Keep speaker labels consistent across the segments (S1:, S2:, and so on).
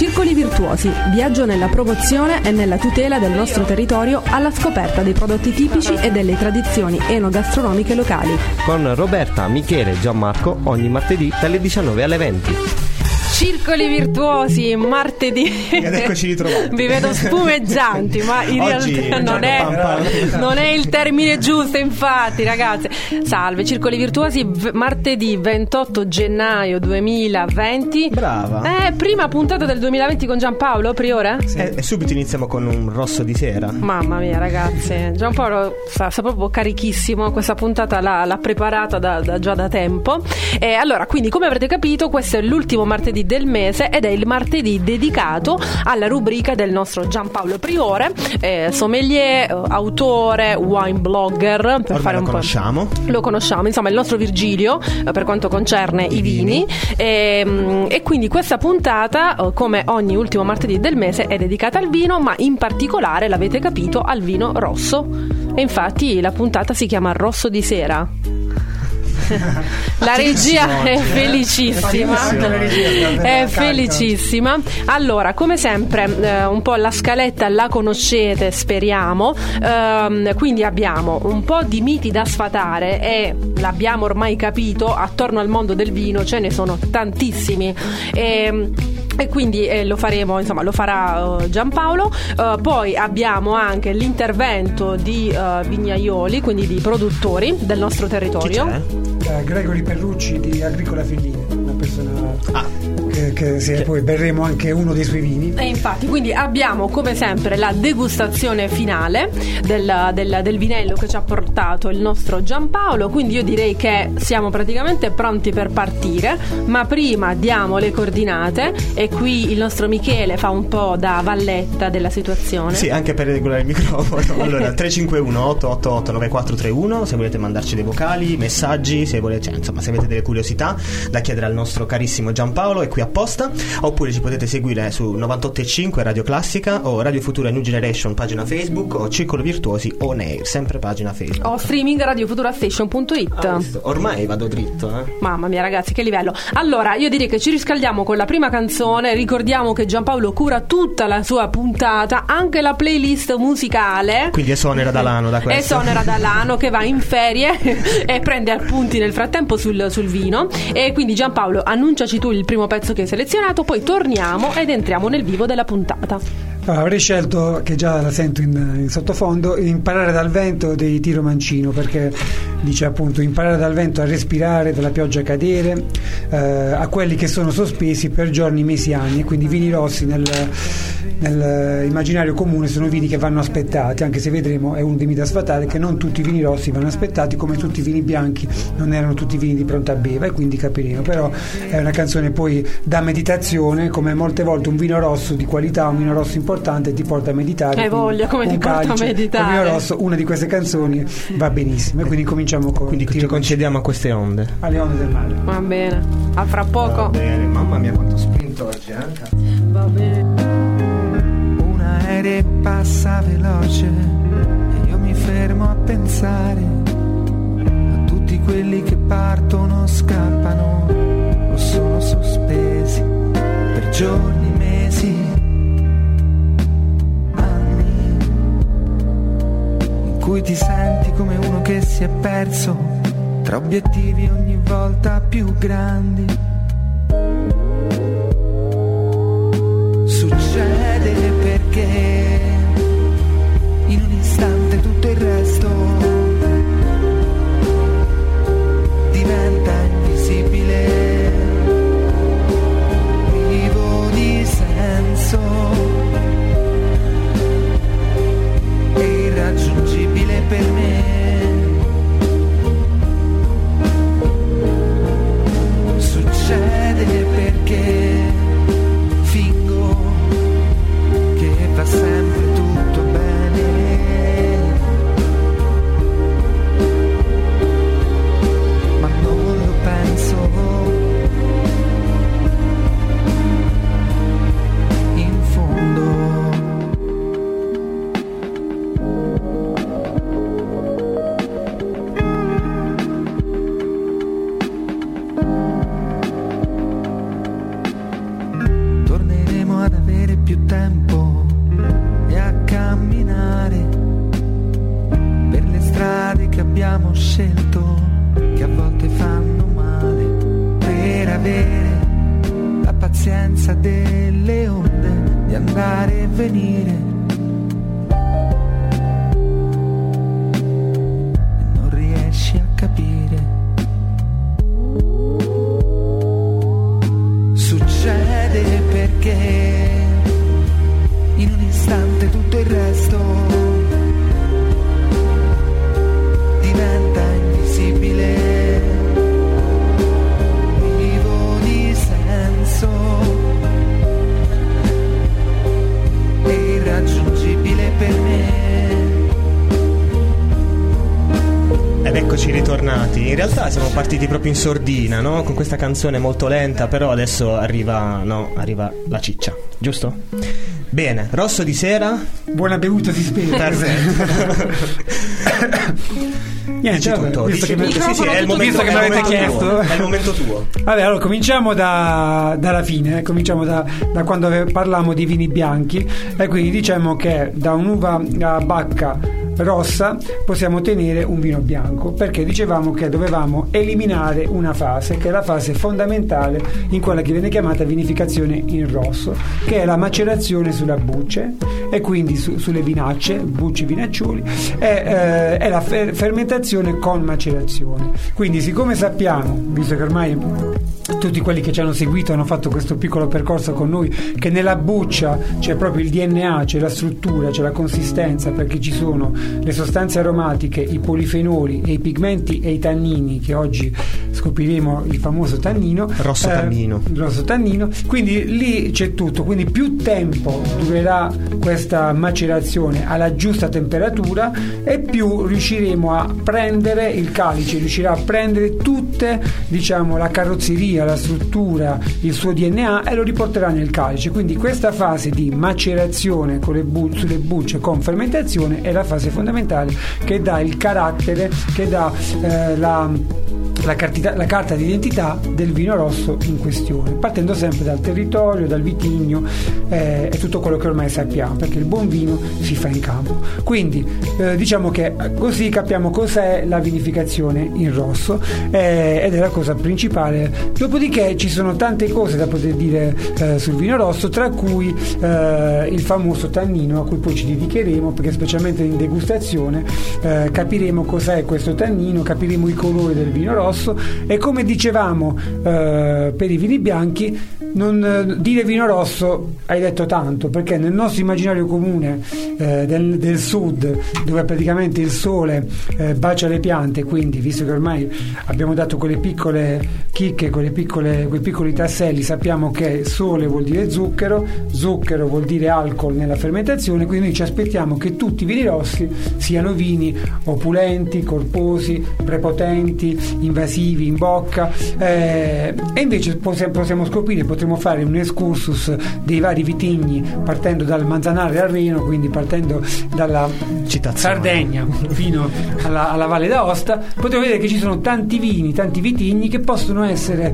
S1: Circoli Virtuosi, viaggio nella promozione e nella tutela del nostro territorio alla scoperta dei prodotti tipici e delle tradizioni enogastronomiche locali.
S2: Con Roberta, Michele e Gianmarco ogni martedì dalle 19 alle 20.
S1: Circoli Virtuosi, martedì.
S3: Ed eccoci ritrovati.
S1: Vi vedo spumeggianti, ma in realtà non è il termine giusto, infatti, ragazzi. Salve, Circoli Virtuosi, martedì 28 gennaio 2020.
S3: Brava.
S1: Prima puntata del 2020 con Giampaolo, Priore?
S3: Sì. E subito iniziamo con un rosso di sera.
S1: Mamma mia, ragazzi, Giampaolo sta proprio carichissimo. Questa puntata l'ha preparata già da tempo. E allora, quindi, come avrete capito, questo è l'ultimo martedì del mese ed è il martedì dedicato alla rubrica del nostro Giampaolo Priore, sommelier, autore, wine blogger, per
S3: ormai
S1: fare un
S3: lo conosciamo,
S1: insomma il nostro Virgilio per quanto concerne i vini. E quindi questa puntata, come ogni ultimo martedì del mese, è dedicata al vino, ma in particolare, l'avete capito, al vino rosso. E infatti la puntata si chiama Rosso di sera. La regia è felicissima. Allora, come sempre, un po' la scaletta la conoscete, speriamo. Quindi abbiamo un po' di miti da sfatare e l'abbiamo ormai capito, attorno al mondo del vino ce ne sono tantissimi. E quindi lo faremo, insomma, lo farà Giampaolo. Poi abbiamo anche l'intervento di vignaioli, quindi di produttori del nostro territorio.
S3: Chi c'è?
S4: Gregory Perrucci di Agricola Fellini, una persona che poi berremo anche uno dei suoi vini.
S1: E infatti, quindi abbiamo come sempre la degustazione finale del vinello che ci ha portato il nostro Giampaolo. Quindi io direi che siamo praticamente pronti per partire, ma prima diamo le coordinate e qui il nostro Michele fa un po' da valletta della situazione.
S3: Sì, anche per regolare il microfono. Allora, 351 888 9431 se volete mandarci dei vocali, messaggi, se avete delle curiosità da chiedere al nostro carissimo Giampaolo, è qui apposta. Oppure ci potete seguire su 98.5 Radio Classica o Radio Futura New Generation pagina Facebook, o Circolo Virtuosi On Air, sempre pagina Facebook,
S1: o streaming radiofuturastation.it.
S3: Ormai vado dritto,
S1: Mamma mia, ragazzi, che livello. Allora, io direi che ci riscaldiamo con la prima canzone. Ricordiamo che Giampaolo cura tutta la sua puntata, anche la playlist musicale.
S3: Quindi esonera Dalano da questo.
S1: Esonera Dalano, che va in ferie e prende appunti nel frattempo sul vino. E quindi Giampaolo, annunciaci tu il primo pezzo che hai selezionato, poi torniamo ed entriamo nel vivo della puntata.
S4: Allora, avrei scelto, che già la sento in sottofondo, Imparare dal vento dei Tiro Mancino, perché dice appunto imparare dal vento a respirare, dalla pioggia a cadere, a quelli che sono sospesi per giorni, mesi, anni. Quindi i vini rossi nell'immaginario comune sono vini che vanno aspettati, anche se vedremo, è uno dei miti da sfatare, che non tutti i vini rossi vanno aspettati, come tutti i vini bianchi non erano tutti i vini di pronta beva, e quindi capiremo. Però è una canzone poi da meditazione, come molte volte un vino rosso di qualità, un vino rosso importante ti porta a meditare.
S1: Voglia, come ti porta a meditare.
S4: Un vino rosso, una di queste canzoni va benissimo. E quindi cominciamo con,
S3: quindi ci concediamo a queste onde,
S4: alle onde del mare.
S1: Va bene, a fra poco.
S3: Va bene, mamma mia quanto spinto oggi,
S1: Va bene.
S5: Un aereo passa veloce e io mi fermo a pensare a tutti quelli che partono, scappano o sono sospesi per giorni, mesi, anni, in cui ti senti come uno che si è perso tra obiettivi ogni volta più grandi. Succede perché in un istante tutto il resto diventa invisibile, privo di senso e irraggiungibile per me. Succede perché fingo che va sempre abbiamo scelto, che a volte fanno male, per avere la pazienza delle onde di andare e venire. E non riesci a capire. Succede perché in un istante tutto il resto diventa invisibile, privo di senso e irraggiungibile per me.
S3: Ed eccoci ritornati. In realtà siamo partiti proprio in sordina, no? Con questa canzone molto lenta, però adesso arriva la ciccia, giusto? Bene, rosso di sera.
S4: Buona bevuta si spera. Niente,
S3: tutto.
S4: Visto che mi
S3: avete
S4: chiesto,
S3: è il momento tuo.
S4: Vabbè, allora cominciamo dalla fine, cominciamo da quando parlavamo di vini bianchi, e quindi diciamo che da un'uva a bacca rossa possiamo ottenere un vino bianco, perché dicevamo che dovevamo eliminare una fase, che è la fase fondamentale in quella che viene chiamata vinificazione in rosso, che è la macerazione sulla bucce e quindi sulle vinacce, bucce vinaccioli, è la fermentazione con macerazione. Quindi, siccome sappiamo, visto che ormai tutti quelli che ci hanno seguito hanno fatto questo piccolo percorso con noi, che nella buccia c'è proprio il DNA, c'è la struttura, c'è la consistenza, perché ci sono le sostanze aromatiche, i polifenoli e i pigmenti e i tannini, che oggi scopriremo il famoso tannino,
S3: rosso tannino,
S4: quindi lì c'è tutto. Quindi più tempo durerà questa macerazione alla giusta temperatura e più riusciremo a prendere il calice, riuscirà a prendere tutte, diciamo, la carrozzeria, la struttura, il suo DNA, e lo riporterà nel calice. Quindi questa fase di macerazione sulle bucce con fermentazione è la fase fondamentale, che dà il carattere, che dà la carta d'identità del vino rosso in questione, partendo sempre dal territorio, dal vitigno e tutto quello che ormai sappiamo, perché il buon vino si fa in campo. Quindi diciamo che così capiamo cos'è la vinificazione in rosso, ed è la cosa principale. Dopodiché ci sono tante cose da poter dire sul vino rosso, tra cui il famoso tannino, a cui poi ci dedicheremo, perché specialmente in degustazione capiremo cos'è questo tannino, capiremo i colori del vino rosso. E come dicevamo per i vini bianchi, non dire vino rosso hai detto tanto, perché nel nostro immaginario comune del sud, dove praticamente il sole bacia le piante, quindi visto che ormai abbiamo dato quelle piccole chicche, quei piccoli tasselli, sappiamo che sole vuol dire zucchero vuol dire alcol nella fermentazione, quindi noi ci aspettiamo che tutti i vini rossi siano vini opulenti, corposi, prepotenti, invasivi in bocca, e invece possiamo scoprire, potremo fare un excursus dei vari vitigni partendo dal Manzanare al Reno, quindi partendo dalla Sardegna fino alla Valle d'Aosta. Potremo vedere che ci sono tanti vini, tanti vitigni che possono essere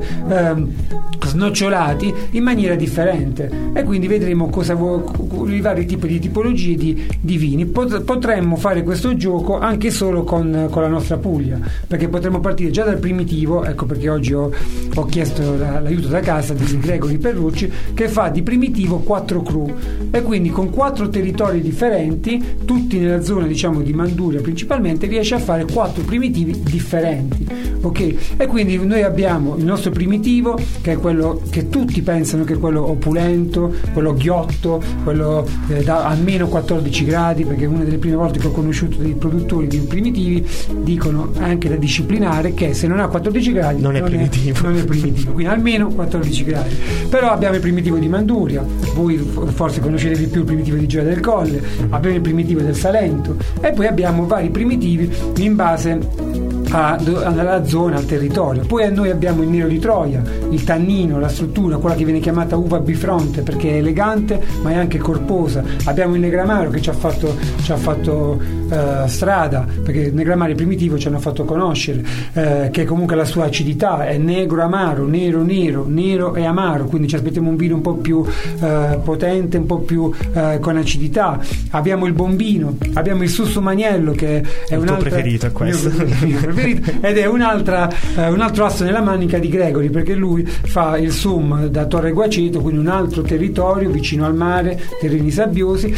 S4: snocciolati in maniera differente, e quindi vedremo i vari tipi di tipologie di vini. Potremmo fare questo gioco anche solo con la nostra Puglia, perché potremmo partire già dal primitivo. Ecco perché oggi ho chiesto l'aiuto da casa di Gregory Perrucci, che fa di primitivo 4 cru, e quindi con 4 territori differenti, tutti nella zona, diciamo, di Manduria principalmente, riesce a fare 4 primitivi differenti, ok? E quindi noi abbiamo il nostro primitivo, che è quello che tutti pensano che è quello opulento, quello ghiotto, quello da almeno 14 gradi, perché una delle prime volte che ho conosciuto dei produttori di primitivi dicono, anche da disciplinare, che se non ha 14 gradi non è primitivo, quindi almeno 14 gradi. Però abbiamo il primitivo di Manduria, voi forse conoscete di più il primitivo di Gioia del Colle, abbiamo il primitivo del Salento, e poi abbiamo vari primitivi in base alla zona, al territorio. Poi noi abbiamo il nero di Troia, il tannino, la struttura, quella che viene chiamata uva bifronte, perché è elegante ma è anche corposa. Abbiamo il negramaro, che ci ha fatto strada, perché nel Grammario primitivo ci hanno fatto conoscere che comunque la sua acidità è negro amaro, nero nero, nero e amaro, quindi ci aspettiamo un vino un po' più potente, un po' più con acidità. Abbiamo il bombino, abbiamo il Sussumaniello, che è un altro
S3: preferito, è questo.
S4: Ed è un altro asso nella manica di Gregory, perché lui fa il Sum da Torre Guaceto, quindi un altro territorio vicino al mare, terreni sabbiosi,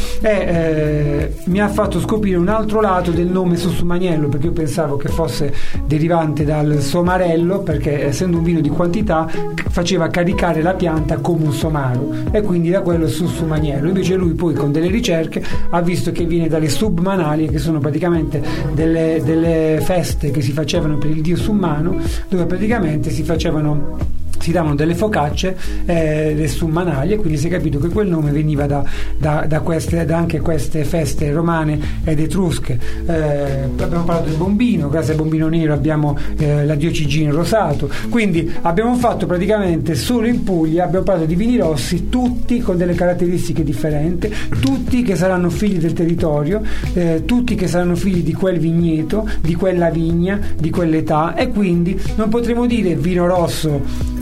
S4: e mi ha fatto scoprire un altro lato del nome Sussumaniello, perché io pensavo che fosse derivante dal somarello, perché essendo un vino di quantità faceva caricare la pianta come un somaro, e quindi da quello Sussumaniello. Invece lui poi con delle ricerche ha visto che viene dalle submanalie, che sono praticamente delle feste che si facevano per il dio Summano, dove praticamente si davano delle focacce, le summanalie, quindi si è capito che quel nome veniva da anche queste feste romane ed etrusche. Abbiamo parlato del bombino, grazie al bombino nero abbiamo la diocigina rosato, quindi abbiamo fatto praticamente solo in Puglia, abbiamo parlato di vini rossi, tutti con delle caratteristiche differenti, tutti che saranno figli del territorio, tutti che saranno figli di quel vigneto, di quella vigna, di quell'età, e quindi non potremo dire vino rosso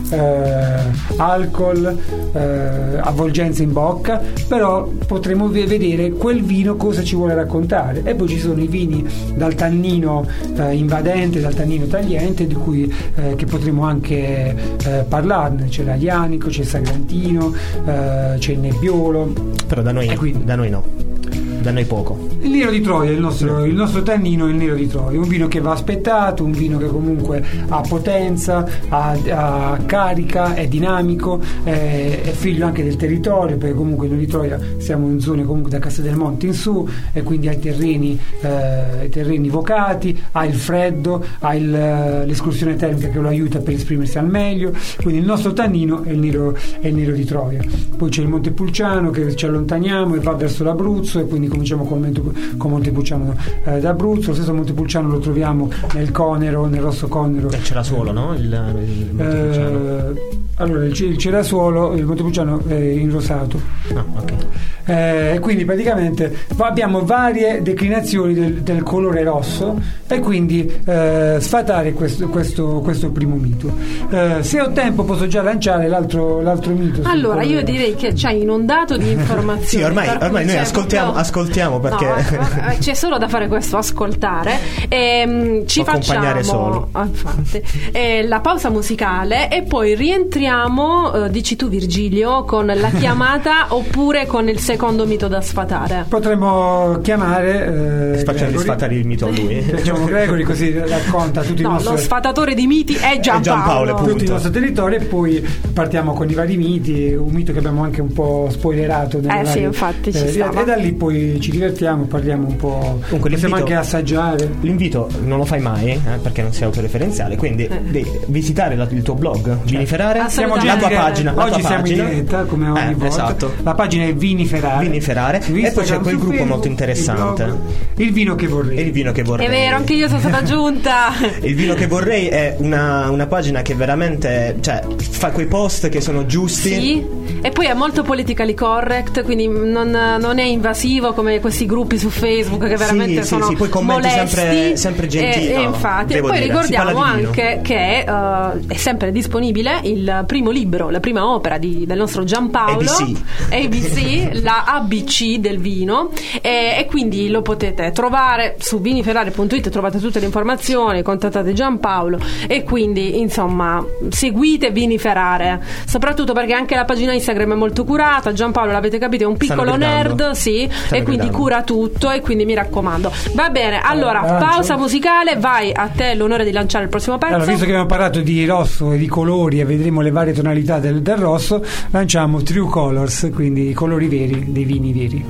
S4: alcol, avvolgenza in bocca, però potremo vedere quel vino cosa ci vuole raccontare. E poi ci sono i vini dal tannino invadente, dal tannino tagliente, di cui che potremo anche parlarne. C'è l'Aglianico, c'è il Sagrantino, c'è il Nebbiolo,
S3: però da noi no, da noi poco.
S4: Il Nero di Troia, il nostro tannino è il Nero di Troia, un vino che va aspettato, un vino che comunque ha potenza, ha carica, è dinamico, è figlio anche del territorio, perché comunque il Nero di Troia siamo in zone comunque da Castelmonte in su, e quindi ha i terreni vocati, ha il freddo, ha l'escursione termica che lo aiuta per esprimersi al meglio, quindi il nostro tannino è il Nero di Troia. Poi c'è il Montepulciano, che ci allontaniamo e va verso l'Abruzzo, e quindi cominciamo con Montepulciano d'Abruzzo. Lo stesso Montepulciano lo troviamo nel Conero, nel Rosso Conero.
S3: Il Cerasuolo, no? Il Montepulciano.
S4: Allora il Cerasuolo, il Montepulciano è in rosato. Ok. Quindi praticamente abbiamo varie declinazioni del colore rosso, e quindi sfatare questo primo mito. Se ho tempo posso già lanciare l'altro mito.
S1: Allora io direi che ci hai inondato di informazioni.
S3: Sì, ormai noi ascoltiamo perché
S1: c'è solo da fare questo, ascoltare. Ci facciamo
S3: solo.
S1: Infatti, la pausa musicale, e poi rientriamo, dici tu Virgilio, con la chiamata oppure con il secondo mito da sfatare.
S4: Potremmo chiamare
S3: facendo sfatare il mito a lui.
S4: Facciamo Gregory, così racconta tutti
S1: lo sfatatore di miti è Giampaolo,
S4: tutto il nostro territorio, e poi partiamo con i vari miti, un mito che abbiamo anche un po' spoilerato
S1: sì, infatti ci stava.
S4: E da lì poi ci divertiamo, parliamo un po'. Comunque possiamo anche assaggiare.
S3: L'invito non lo fai mai, perché non sei autoreferenziale, quindi devi visitare il tuo blog, Viniferare, la tua pagina.
S4: Oggi siamo in diretta come ogni volta.
S3: Esatto.
S4: La pagina è Viniferare,
S3: e poi c'è quel gruppo molto interessante,
S4: il vino che vorrei.
S1: È vero, anche io sono stata aggiunta.
S3: Il vino che vorrei è una pagina che veramente, cioè, fa quei post che sono giusti.
S1: Sì, e poi è molto politically correct, quindi non è invasivo come questi gruppi su Facebook che veramente sono
S3: poi commenti
S1: molesti,
S3: sempre gentili.
S1: E infatti, e poi ricordiamo anche che è sempre disponibile il primo libro, la prima opera del nostro Giampaolo, ABC, la ABC del vino, e quindi lo potete trovare su viniferare.it, trovate tutte le informazioni, contattate Giampaolo, e quindi insomma seguite Viniferare, soprattutto perché anche la pagina Instagram è molto curata. Giampaolo, l'avete capito, è un piccolo nerd, e quindi cura tutto, e quindi mi raccomando. Va bene, allora pausa musicale, vai a te l'onore di lanciare il prossimo pezzo.
S4: Allora, visto che abbiamo parlato di rosso e di colori, e vedremo le varie tonalità del rosso, lanciamo True Colors, quindi i colori veri dei vini veri.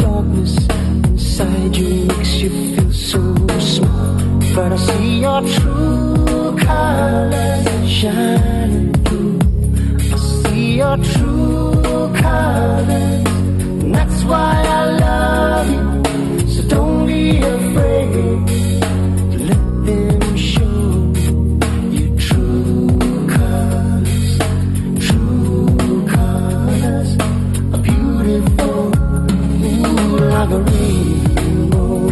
S6: But I see your truth. your true colors, and that's why I love you. So don't be afraid to let them show your true colors. True colors are beautiful, ooh, like a rainbow.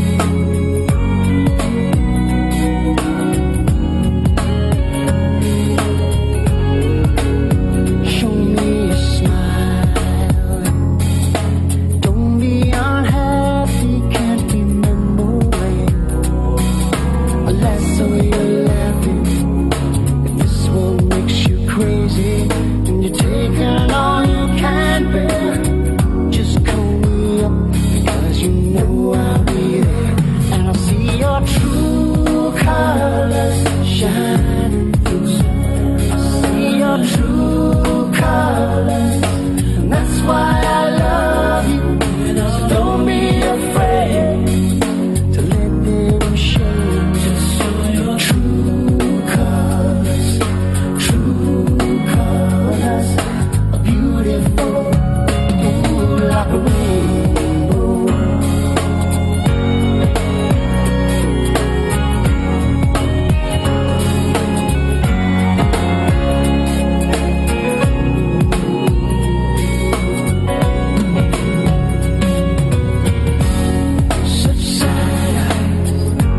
S6: Show me a smile. Don't be unhappy, can't remember when. Unless you're laughing. If this one makes you crazy and you're taking all you can bear, just call me up because you know I'll be there. And I'll see your true colors shining through. I'll see your true colors, and that's why I love you. So don't be afraid to let them show just your true colors. True colors are beautiful, ooh, like a rainbow. Such sad eyes.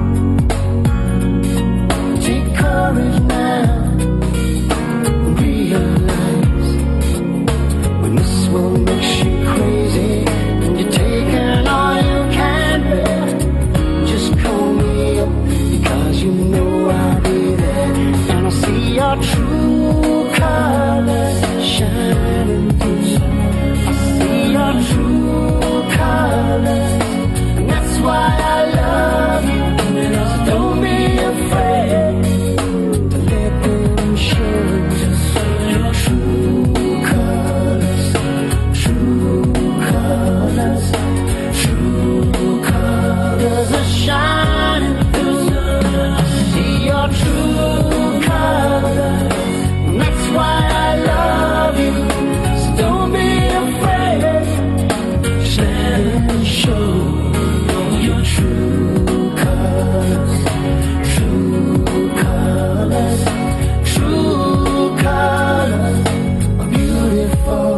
S6: Take courage now and realize when this one makes you crazy and you're taking all you can bear, just call me up because you know I'll be there. And I'll see your true colors shining through. I'll see your true colors, and that's why I love you. So don't be afraid to let them show just your true colors. True colors. True colors are shining through. I see your true colors, and that's why I love you. So don't be afraid, just let them show your true colors. True colors. True colors are beautiful,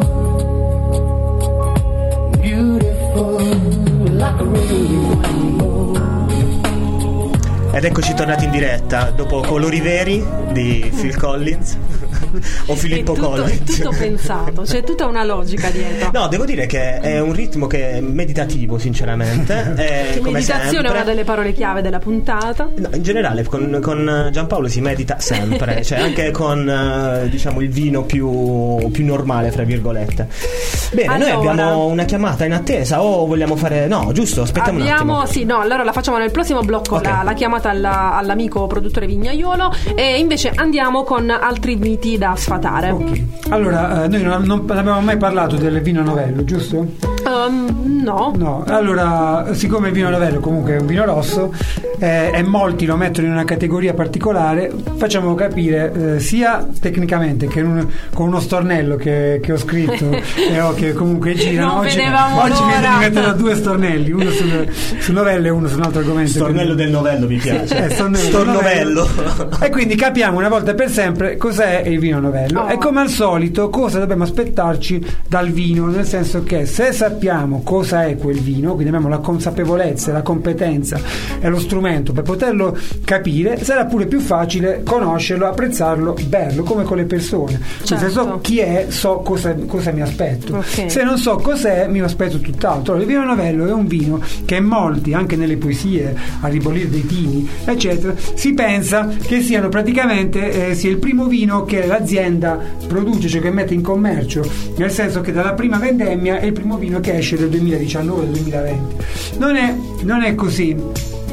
S6: beautiful, like a rainbow.
S3: Ed eccoci tornati in diretta dopo Colori Veri di Phil Collins o Filippo Collins.
S1: È tutto pensato, c'è tutta una logica dietro.
S3: No, devo dire che è un ritmo che è meditativo, sinceramente. Come
S1: Meditazione
S3: sempre.
S1: è una delle parole chiave della puntata.
S3: No, in generale con Giampaolo si medita sempre, cioè anche con diciamo il vino più normale, fra virgolette. Bene,
S1: allora,
S3: noi abbiamo una chiamata in attesa o vogliamo fare... No, giusto, aspettiamo un attimo.
S1: Sì, no, allora la facciamo nel prossimo blocco,
S3: Ok.
S1: la chiamata all'amico produttore vignaiolo, e invece andiamo con altri miti da sfatare.
S4: Ok. Allora, noi non abbiamo mai parlato del vino novello, giusto?
S1: No.
S4: No, allora, siccome il vino novello comunque è un vino rosso e molti lo mettono in una categoria particolare, facciamo capire sia tecnicamente che con uno stornello che ho scritto e che comunque girano.
S1: Non
S4: Oggi
S1: vedevamo
S4: mi
S1: l'ora.
S4: metterò due stornelli, uno sul novello e uno su un altro argomento.
S3: Stornello del novello mi piace.
S4: Stornovello. E quindi capiamo una volta per sempre cos'è il vino novello e come al solito cosa dobbiamo aspettarci dal vino, nel senso che se sappiamo cosa è quel vino, quindi abbiamo la consapevolezza, la competenza e lo strumento per poterlo capire, sarà pure più facile conoscerlo, apprezzarlo, berlo, come con le persone. Cioè, se so chi è, so cosa mi aspetto.
S1: Okay.
S4: Se non so cos'è, mi aspetto tutt'altro. Il vino novello è un vino che molti, anche nelle poesie, a ribolire dei tini, eccetera, si pensa che siano praticamente sia il primo vino che l'azienda produce, cioè che mette in commercio, nel senso che dalla prima vendemmia è il primo vino che esce del 2019 del 2020. Non è così.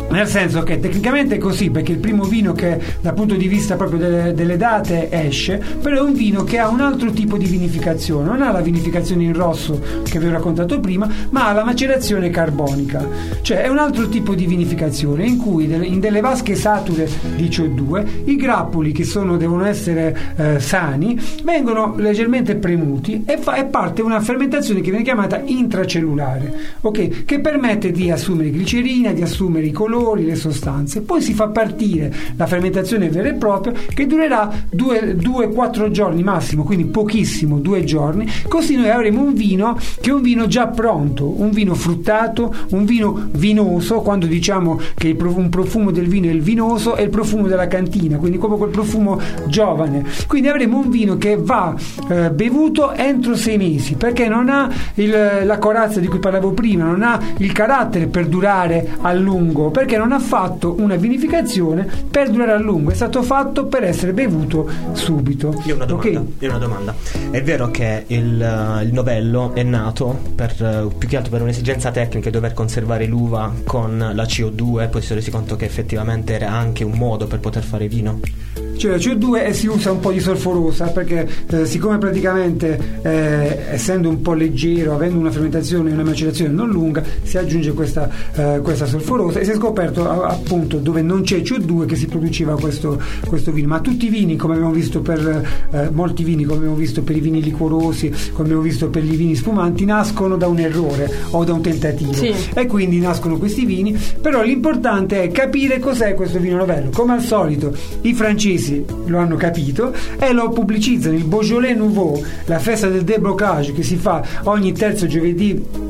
S4: Nel senso che tecnicamente è così, perché il primo vino che dal punto di vista proprio delle date esce, però è un vino che ha un altro tipo di vinificazione, non ha la vinificazione in rosso che vi ho raccontato prima, ma ha la macerazione carbonica, cioè è un altro tipo di vinificazione in cui in delle vasche sature di CO2 i grappoli che devono essere sani vengono leggermente premuti e parte una fermentazione che viene chiamata intracellulare, ok? Che permette di assumere glicerina, di assumere i colori, le sostanze. Poi si fa partire la fermentazione vera e propria, che durerà 2-4 giorni massimo, quindi pochissimo, 2 giorni. Così noi avremo un vino che è un vino già pronto, un vino fruttato, un vino vinoso. Quando diciamo che un profumo del vino è il vinoso, è il profumo della cantina, quindi proprio quel profumo giovane. Quindi avremo un vino che va bevuto entro 6 mesi, perché non ha la corazza di cui parlavo prima, non ha il carattere per durare a lungo, perché non ha fatto una vinificazione per durare a lungo, è stato fatto per essere bevuto subito.
S3: Io ho una domanda. È vero che il novello è nato più che altro per un'esigenza tecnica, dover conservare l'uva con la CO2, e poi si sono resi conto che effettivamente era anche un modo per poter fare vino?
S4: Cioè la CO2 si usa un po' di solforosa, perché siccome praticamente essendo un po' leggero, avendo una fermentazione e una macerazione non lunga, si aggiunge questa solforosa, e si è scoperto appunto dove non c'è CO2 che si produceva questo vino. Ma tutti i vini, come abbiamo visto per molti vini, come abbiamo visto per i vini liquorosi, come abbiamo visto per i vini spumanti, nascono da un errore o da un tentativo, sì. E quindi nascono questi vini. Però l'importante è capire cos'è questo vino novello. Come al solito i francesi lo hanno capito e lo pubblicizzano. Il Beaujolais Nouveau, la festa del déblocage che si fa ogni terzo giovedì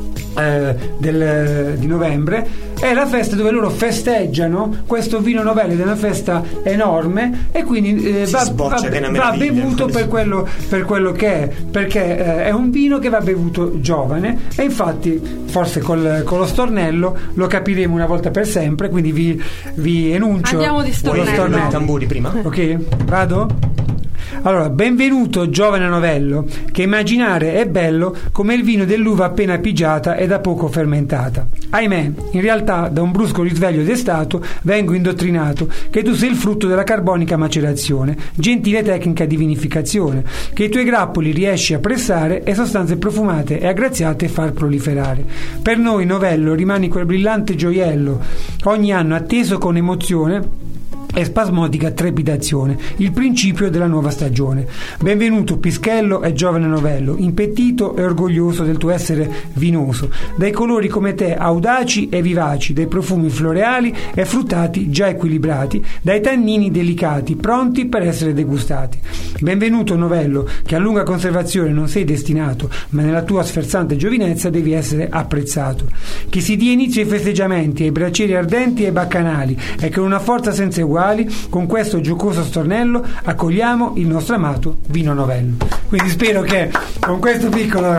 S4: di novembre, è la festa dove loro festeggiano questo vino novello, ed è una festa enorme, e quindi va bevuto per quello che è, perché è un vino che va bevuto giovane. E infatti forse con lo stornello lo capiremo una volta per sempre, quindi vi enuncio.
S1: Andiamo di stornello.
S3: I tamburi prima,
S4: ok? Vado? Allora, benvenuto giovane novello, che immaginare è bello come il vino dell'uva appena pigiata e da poco fermentata. Ahimè, in realtà da un brusco risveglio destato vengo indottrinato che tu sei il frutto della carbonica macerazione, gentile tecnica di vinificazione, che i tuoi grappoli riesci a pressare e sostanze profumate e aggraziate far proliferare. Per noi novello rimani quel brillante gioiello, ogni anno atteso con emozione e spasmodica trepidazione, il principio della nuova stagione. Benvenuto pischello e giovane novello, impettito e orgoglioso del tuo essere vinoso, dai colori come te audaci e vivaci, dai profumi floreali e fruttati già equilibrati, dai tannini delicati pronti per essere degustati. Benvenuto novello, che a lunga conservazione non sei destinato, ma nella tua sferzante giovinezza devi essere apprezzato. Che si dia inizio ai festeggiamenti, ai braccieri ardenti e baccanali, e con una forza senza uguali, con questo giocoso stornello accogliamo il nostro amato vino novello. Quindi spero che con questo piccolo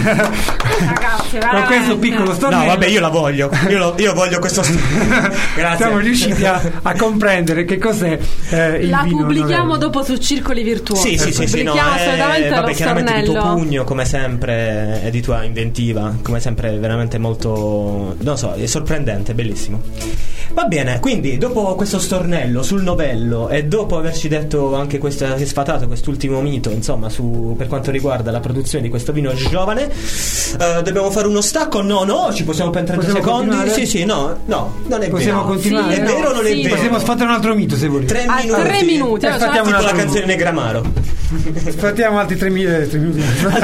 S1: ragazzi,
S4: con questo piccolo stornello,
S3: no vabbè, io la voglio, io voglio questo stornello. Grazie.
S4: Siamo riusciti a comprendere che cos'è il
S1: la
S4: vino
S1: pubblichiamo
S4: novello.
S1: Dopo su Circoli Virtuosi.
S3: Sì,
S1: pubblichiamo assolutamente
S3: vabbè,
S1: lo
S3: chiaramente
S1: stornello.
S3: di tuo pugno, come sempre, è di tua inventiva, come sempre veramente molto, non so, è sorprendente, bellissimo. Va bene, quindi dopo questo stornello sul novello e dopo averci detto anche sfatato quest'ultimo mito, insomma, per quanto riguarda la produzione di questo vino giovane, dobbiamo fare uno stacco? No, ci possiamo per 30 secondi?
S4: Continuare?
S3: Sì, no, non è
S4: possiamo
S3: vero.
S4: continuare?
S3: È vero o non è vero?
S4: Possiamo sfatare un altro mito se volete.
S3: 3 minuti.
S1: 3 minuti.
S4: Sfattiamo
S3: Tipo la canzone Negramaro.
S4: Sfattiamo altri 3 minuti.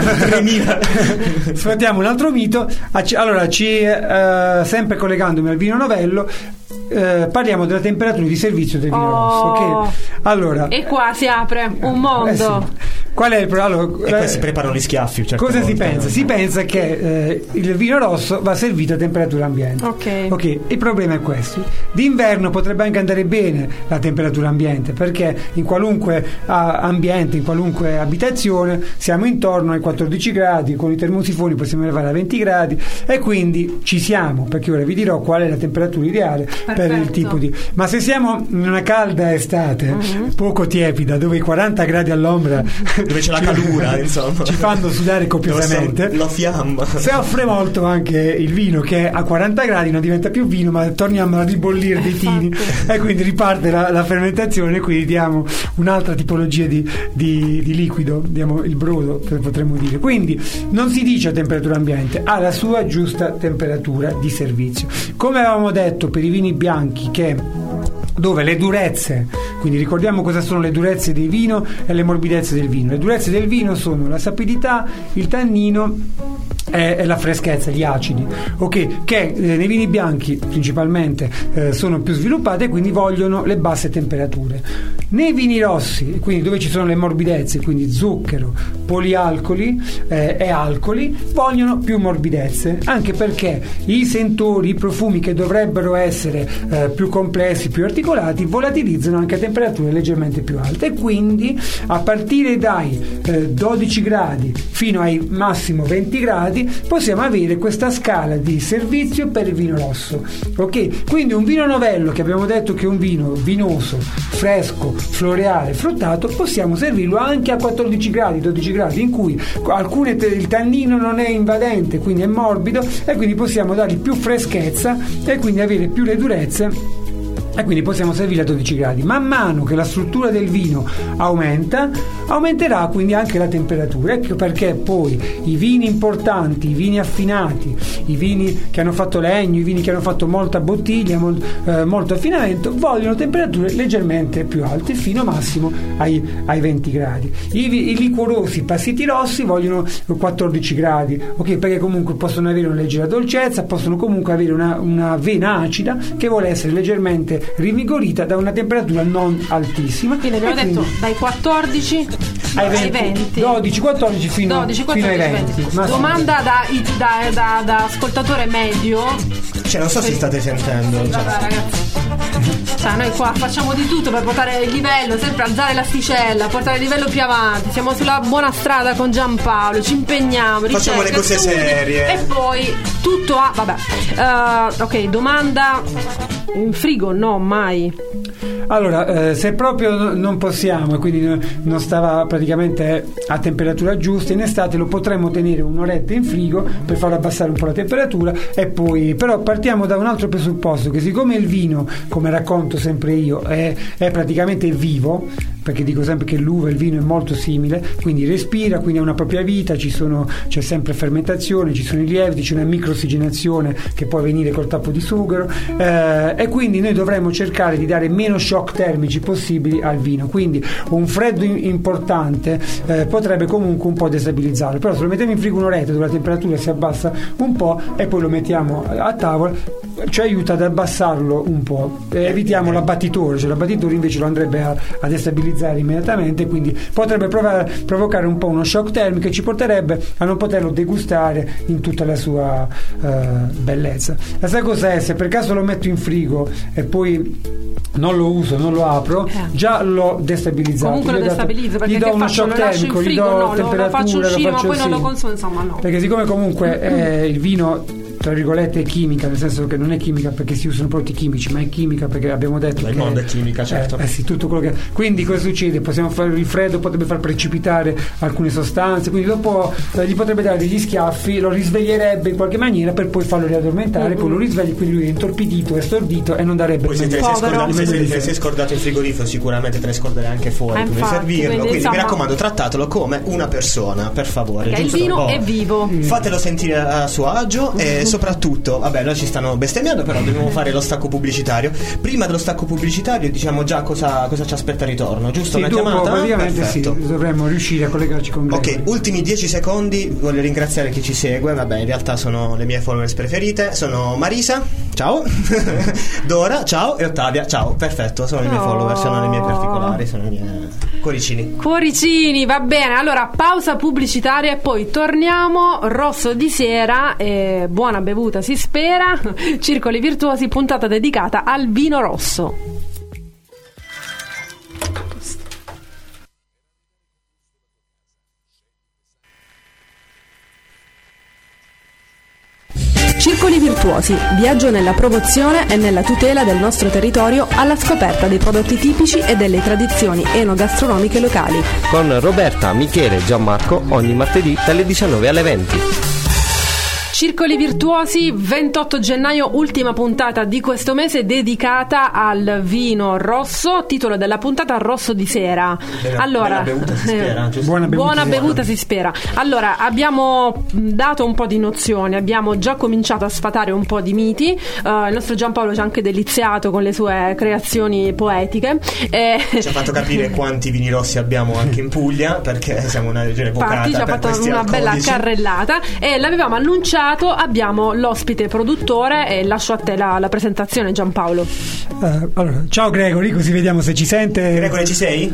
S3: 3.000.
S4: Sfattiamo un altro mito. Allora, sempre collegandomi al vino novello, parliamo della temperatura di servizio del vino rosso, ok? Allora,
S1: e qua si apre un mondo.
S4: Sì. Qual è il problema?
S3: E poi si preparano gli schiaffi.
S4: Cosa si pensa? Si pensa che il vino rosso va servito a temperatura ambiente. Ok, il problema è questo. D'inverno potrebbe anche andare bene la temperatura ambiente, perché in qualunque ambiente, in qualunque abitazione, siamo intorno ai 14 gradi, con i termosifoni possiamo arrivare a 20 gradi, e quindi ci siamo, perché ora vi dirò qual è la temperatura ideale.
S1: Perfetto.
S4: Per il tipo di... Ma se siamo in una calda estate, poco tiepida, dove i 40 gradi all'ombra
S3: dove c'è la calura, insomma,
S4: ci fanno sudare copiosamente.
S3: Lo fiamma.
S4: Soffre molto anche il vino, che a 40 gradi non diventa più vino, ma torniamo a ribollire dei tini, e quindi riparte la fermentazione, quindi diamo un'altra tipologia di liquido, diamo il brodo, potremmo dire. Quindi non si dice a temperatura ambiente, ha la sua giusta temperatura di servizio. Come avevamo detto per i vini bianchi, dove le durezze, quindi ricordiamo cosa sono le durezze del vino e le morbidezze del vino. Le durezze del vino sono la sapidità, il tannino e la freschezza, gli acidi, ok, che nei vini bianchi principalmente sono più sviluppate e quindi vogliono le basse temperature. Nei vini rossi, quindi dove ci sono le morbidezze, quindi zucchero, polialcoli e alcoli, vogliono più morbidezze, anche perché i sentori, i profumi che dovrebbero essere più complessi, più articolati, volatilizzano anche a temperature leggermente più alte, e quindi a partire dai 12 gradi fino ai massimo 20 gradi possiamo avere questa scala di servizio per il vino rosso, ok? Quindi un vino novello, che abbiamo detto che è un vino vinoso, fresco, floreale, fruttato, possiamo servirlo anche a 14 gradi, 12 gradi, in cui il tannino non è invadente, quindi è morbido, e quindi possiamo dargli più freschezza e quindi avere più le durezze, e quindi possiamo servirlo a 12 gradi. Man mano che la struttura del vino aumenterà quindi anche la temperatura. Ecco perché poi i vini importanti, i vini affinati, i vini che hanno fatto legno, i vini che hanno fatto molta bottiglia, molto affinamento, vogliono temperature leggermente più alte, fino massimo ai 20 gradi. I liquorosi, passiti rossi, vogliono 14 gradi, ok, perché comunque possono avere una leggera dolcezza, possono comunque avere una vena acida che vuole essere leggermente rivigorita da una temperatura non altissima.
S1: Quindi abbiamo detto dai 14 ai 20,
S4: 12-14 fino ai 20.
S1: Domanda da ascoltatore medio,
S3: cioè non so se state sentendo,
S1: vabbè, ragazzi, cioè, noi qua facciamo di tutto per portare il livello, sempre alzare l'asticella, portare il livello più avanti, siamo sulla buona strada con Giampaolo, ci impegniamo,
S3: facciamo le cose serie,
S1: e poi tutto ok, domanda: in frigo no, mai?
S4: Allora, se proprio non possiamo e quindi non stava praticamente a temperatura giusta, in estate lo potremmo tenere un'oretta in frigo per farlo abbassare un po' la temperatura, e poi però partiamo da un altro presupposto, che siccome il vino, come racconto sempre io, è praticamente vivo, perché dico sempre che l'uva e il vino è molto simile, quindi respira, quindi ha una propria vita, c'è sempre fermentazione, ci sono i lieviti, c'è una microossigenazione che può avvenire col tappo di sughero, e quindi noi dovremmo cercare di dare meno shock termici possibili al vino. Quindi un freddo importante potrebbe comunque un po' destabilizzarlo, però se lo mettiamo in frigo un'oretta dove la temperatura si abbassa un po' e poi lo mettiamo a tavola, ci aiuta ad abbassarlo un po', evitiamo l'abbattitore, cioè l'abbattitore invece lo andrebbe a destabilizzare immediatamente, quindi potrebbe provocare un po' uno shock termico e ci porterebbe a non poterlo degustare in tutta la sua bellezza. La stessa cosa è se per caso lo metto in frigo e poi non lo uso, non lo apro, già l'ho destabilizzato.
S1: Comunque lo destabilizzo, perché
S4: gli do uno shock termico, gli do temperatura,
S1: lo faccio uscire, ma poi non lo consumo, insomma, no.
S4: Perché siccome comunque il vino, tra virgolette, è chimica, nel senso che non è chimica perché si usano prodotti chimici, ma è chimica perché abbiamo detto
S3: il mondo è chimica, certo.
S4: Sì, tutto quello che. Quindi cosa succede? Possiamo fare il freddo, potrebbe far precipitare alcune sostanze, quindi dopo gli potrebbe dare degli schiaffi, lo risveglierebbe in qualche maniera per poi farlo riaddormentare, poi lo risvegli, quindi lui è intorpidito, è stordito e non darebbe.
S3: Poi se sei scordato il frigorifero, sicuramente te ne scorderai anche fuori, come servirlo, quindi mi raccomando, trattatelo come una persona, per favore.
S1: Il vino è vivo,
S3: fatelo sentire a suo agio e soprattutto, vabbè, noi ci stanno bestemmiando, però dobbiamo fare lo stacco pubblicitario. Prima dello stacco pubblicitario diciamo già cosa ci aspetta al ritorno, giusto?
S4: Sì,
S3: una
S4: dopo,
S3: chiamata?
S4: praticamente
S3: perfetto.
S4: Sì, dovremmo riuscire a collegarci con Gregory.
S3: Ok, ultimi 10 secondi, voglio ringraziare chi ci segue, vabbè, in realtà sono le mie followers preferite, sono Marisa, ciao, Dora, ciao, e Ottavia, ciao, perfetto, sono le mie follower, sono le mie particolari, sono le mie cuoricini, va bene. Allora pausa pubblicitaria e poi torniamo. Rosso di sera, buona bevuta si spera, Circoli Virtuosi, puntata dedicata al vino rosso.
S1: Circoli Virtuosi, viaggio nella promozione e nella tutela del nostro territorio alla scoperta dei prodotti tipici e delle tradizioni enogastronomiche locali.
S2: Con Roberta, Michele e Gianmarco ogni martedì dalle 19 alle 20.
S1: Circoli Virtuosi, 28 gennaio, ultima puntata di questo mese dedicata al vino rosso, titolo della puntata Rosso di sera.
S3: Buona bevuta si spera,
S1: buona bevuta si spera. Allora, abbiamo dato un po' di nozioni, abbiamo già cominciato a sfatare un po' di miti, il nostro Giampaolo ci ha anche deliziato con le sue creazioni poetiche.
S3: Ci ha fatto capire quanti vini rossi abbiamo anche in Puglia, perché siamo una regione vocata.
S1: Ci ha fatto una bella carrellata e l'avevamo annunciato. Abbiamo l'ospite produttore e lascio a te la presentazione, Giampaolo.
S4: Allora, ciao Gregory, così vediamo se ci sente.
S3: Gregory, ci sei?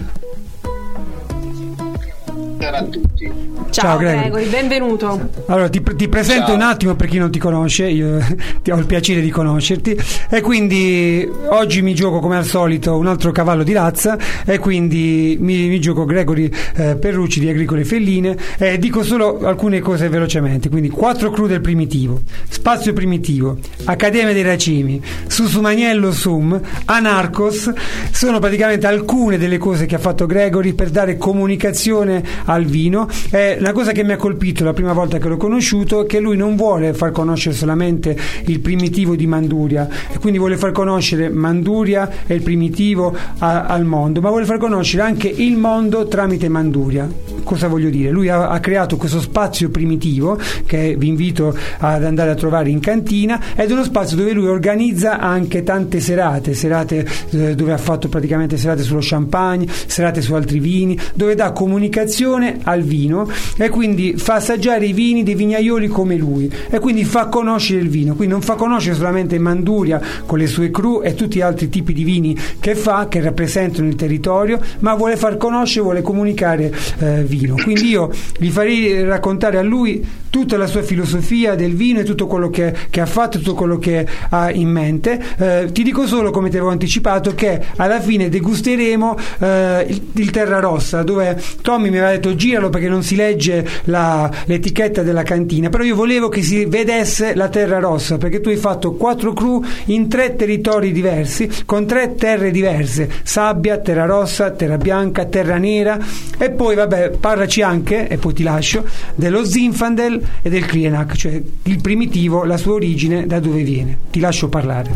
S7: A tutti.
S1: Ciao Gregory, benvenuto.
S4: Allora ti presento
S7: Ciao.
S4: un attimo per chi non ti conosce, io ti ho il piacere di conoscerti e quindi oggi mi gioco come al solito un altro cavallo di razza e quindi mi gioco Gregory Perrucci di Agricole Felline e dico solo alcune cose velocemente. Quindi 4 cru del primitivo, Spazio Primitivo, Accademia dei Racimi, Susumaniello Sum, Anarcos sono praticamente alcune delle cose che ha fatto Gregory per dare comunicazione al vino. La cosa che mi ha colpito la prima volta che l'ho conosciuto è che lui non vuole far conoscere solamente il primitivo di Manduria e quindi vuole far conoscere Manduria e il primitivo al mondo, ma vuole far conoscere anche il mondo tramite Manduria. Cosa voglio dire? Lui ha creato questo spazio primitivo che vi invito ad andare a trovare in cantina, ed è uno spazio dove lui organizza anche tante serate dove ha fatto praticamente serate sullo champagne, serate su altri vini, dove dà comunicazione al vino e quindi fa assaggiare i vini dei vignaioli come lui e quindi fa conoscere il vino. Quindi non fa conoscere solamente Manduria con le sue cru e tutti gli altri tipi di vini che rappresentano il territorio, ma vuole far conoscere, vuole comunicare vino. Quindi io gli farei raccontare a lui tutta la sua filosofia del vino e tutto quello che ha fatto, tutto quello che ha in mente. Ti dico solo, come ti avevo anticipato, che alla fine degusteremo il Terra Rossa, dove Tommy mi aveva detto giralo perché non si legge l'etichetta della cantina, però io volevo che si vedesse la Terra Rossa, perché tu hai fatto 4 cru in 3 territori diversi, con 3 terre diverse: sabbia, terra rossa, terra bianca, terra nera. E poi vabbè, parlaci anche, e poi ti lascio, dello Zinfandel e del Krienak, cioè il primitivo, la sua origine, da dove viene. Ti lascio parlare.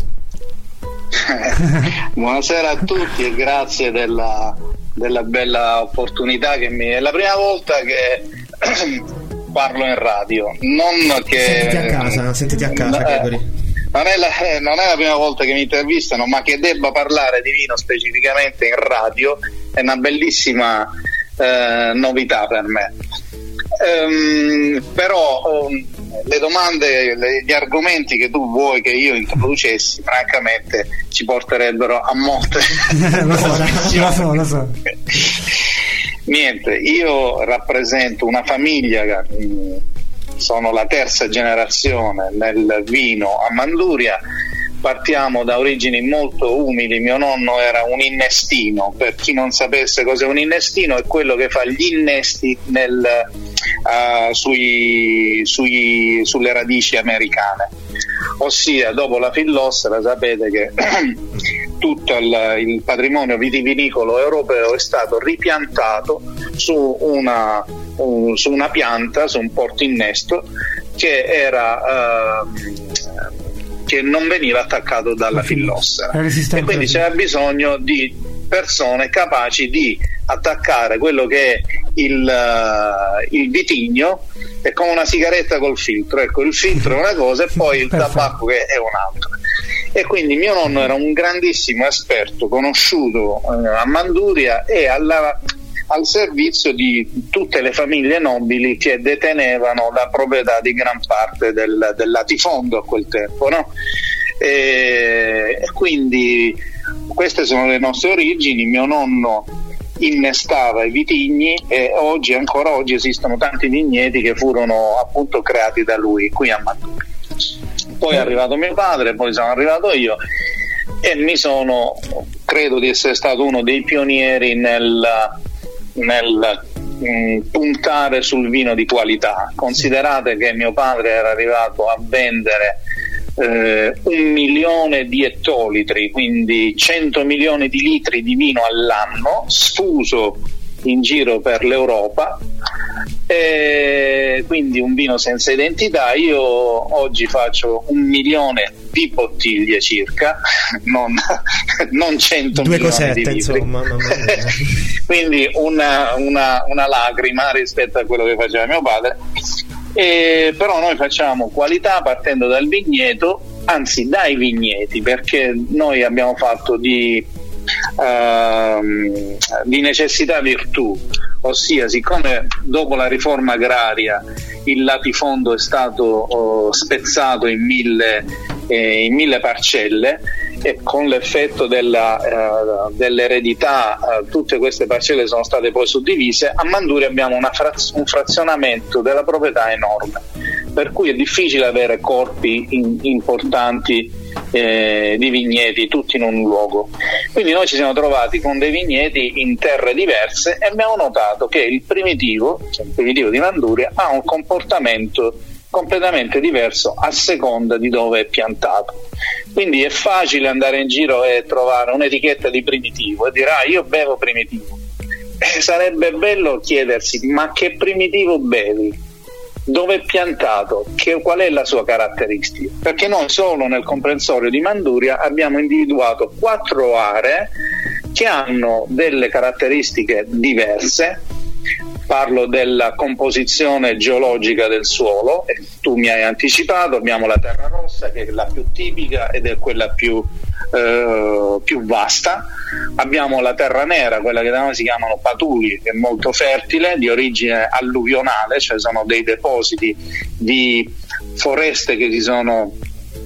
S7: Buonasera a tutti e grazie della bella opportunità che è la prima volta che parlo in radio, non che
S3: sentiti a casa Gregory.
S7: Non è la prima volta che mi intervistano, ma che debba parlare di vino specificamente in radio è una bellissima novità per me. Però le domande, gli argomenti che tu vuoi che io introducessi, francamente ci porterebbero a molte
S4: lo so.
S7: Niente, io rappresento una famiglia, sono la terza generazione nel vino a Manduria. Partiamo da origini molto umili. Mio nonno era un innestino. Per chi non sapesse cos'è un innestino, è quello che fa gli innesti sulle radici americane, ossia dopo la fillossera sapete che tutto il patrimonio vitivinicolo europeo è stato ripiantato su una pianta, su un portinnesto che non veniva attaccato dalla fillossera, e quindi c'era bisogno di persone capaci di attaccare quello che è il vitigno, è come una sigaretta col filtro. Ecco, il filtro è una cosa e poi il tabacco che è un'altra. E quindi mio nonno era un grandissimo esperto, conosciuto a Manduria e al servizio di tutte le famiglie nobili che detenevano la proprietà di gran parte del latifondo a quel tempo, no? E quindi queste sono le nostre origini. Mio nonno innestava i vitigni e ancora oggi esistono tanti vigneti che furono appunto creati da lui qui a Manduria. Poi è arrivato mio padre, poi sono arrivato io e credo di essere stato uno dei pionieri nel puntare sul vino di qualità. Considerate che mio padre era arrivato a vendere 1 milione di ettolitri, quindi 100 milioni di litri di vino all'anno, sfuso in giro per l'Europa, quindi un vino senza identità. Io oggi faccio 1 milione di bottiglie circa, non 100
S3: due
S7: milioni
S3: cosette,
S7: di litri,
S3: insomma,
S7: quindi una lacrima rispetto a quello che faceva mio padre. Però noi facciamo qualità partendo dal vigneto, anzi dai vigneti, perché noi abbiamo fatto di necessità virtù, ossia siccome dopo la riforma agraria il latifondo è stato spezzato in 1000 parcelle, e con l'effetto dell'eredità tutte queste parcelle sono state poi suddivise, a Manduria abbiamo un frazionamento della proprietà enorme, per cui è difficile avere corpi importanti di vigneti tutti in un luogo. Quindi noi ci siamo trovati con dei vigneti in terre diverse e abbiamo notato che il primitivo di Manduria ha un comportamento completamente diverso a seconda di dove è piantato. Quindi è facile andare in giro e trovare un'etichetta di primitivo e dire io bevo primitivo. Sarebbe bello chiedersi: ma che primitivo bevi? Dove è piantato? Qual è la sua caratteristica? Perché noi solo nel comprensorio di Manduria abbiamo individuato 4 aree che hanno delle caratteristiche diverse. Parlo della composizione geologica del suolo, e tu mi hai anticipato. Abbiamo la terra rossa, che è la più tipica ed è quella più vasta. Abbiamo la terra nera, quella che da noi si chiamano patuli, che è molto fertile, di origine alluvionale, cioè sono dei depositi di foreste che si sono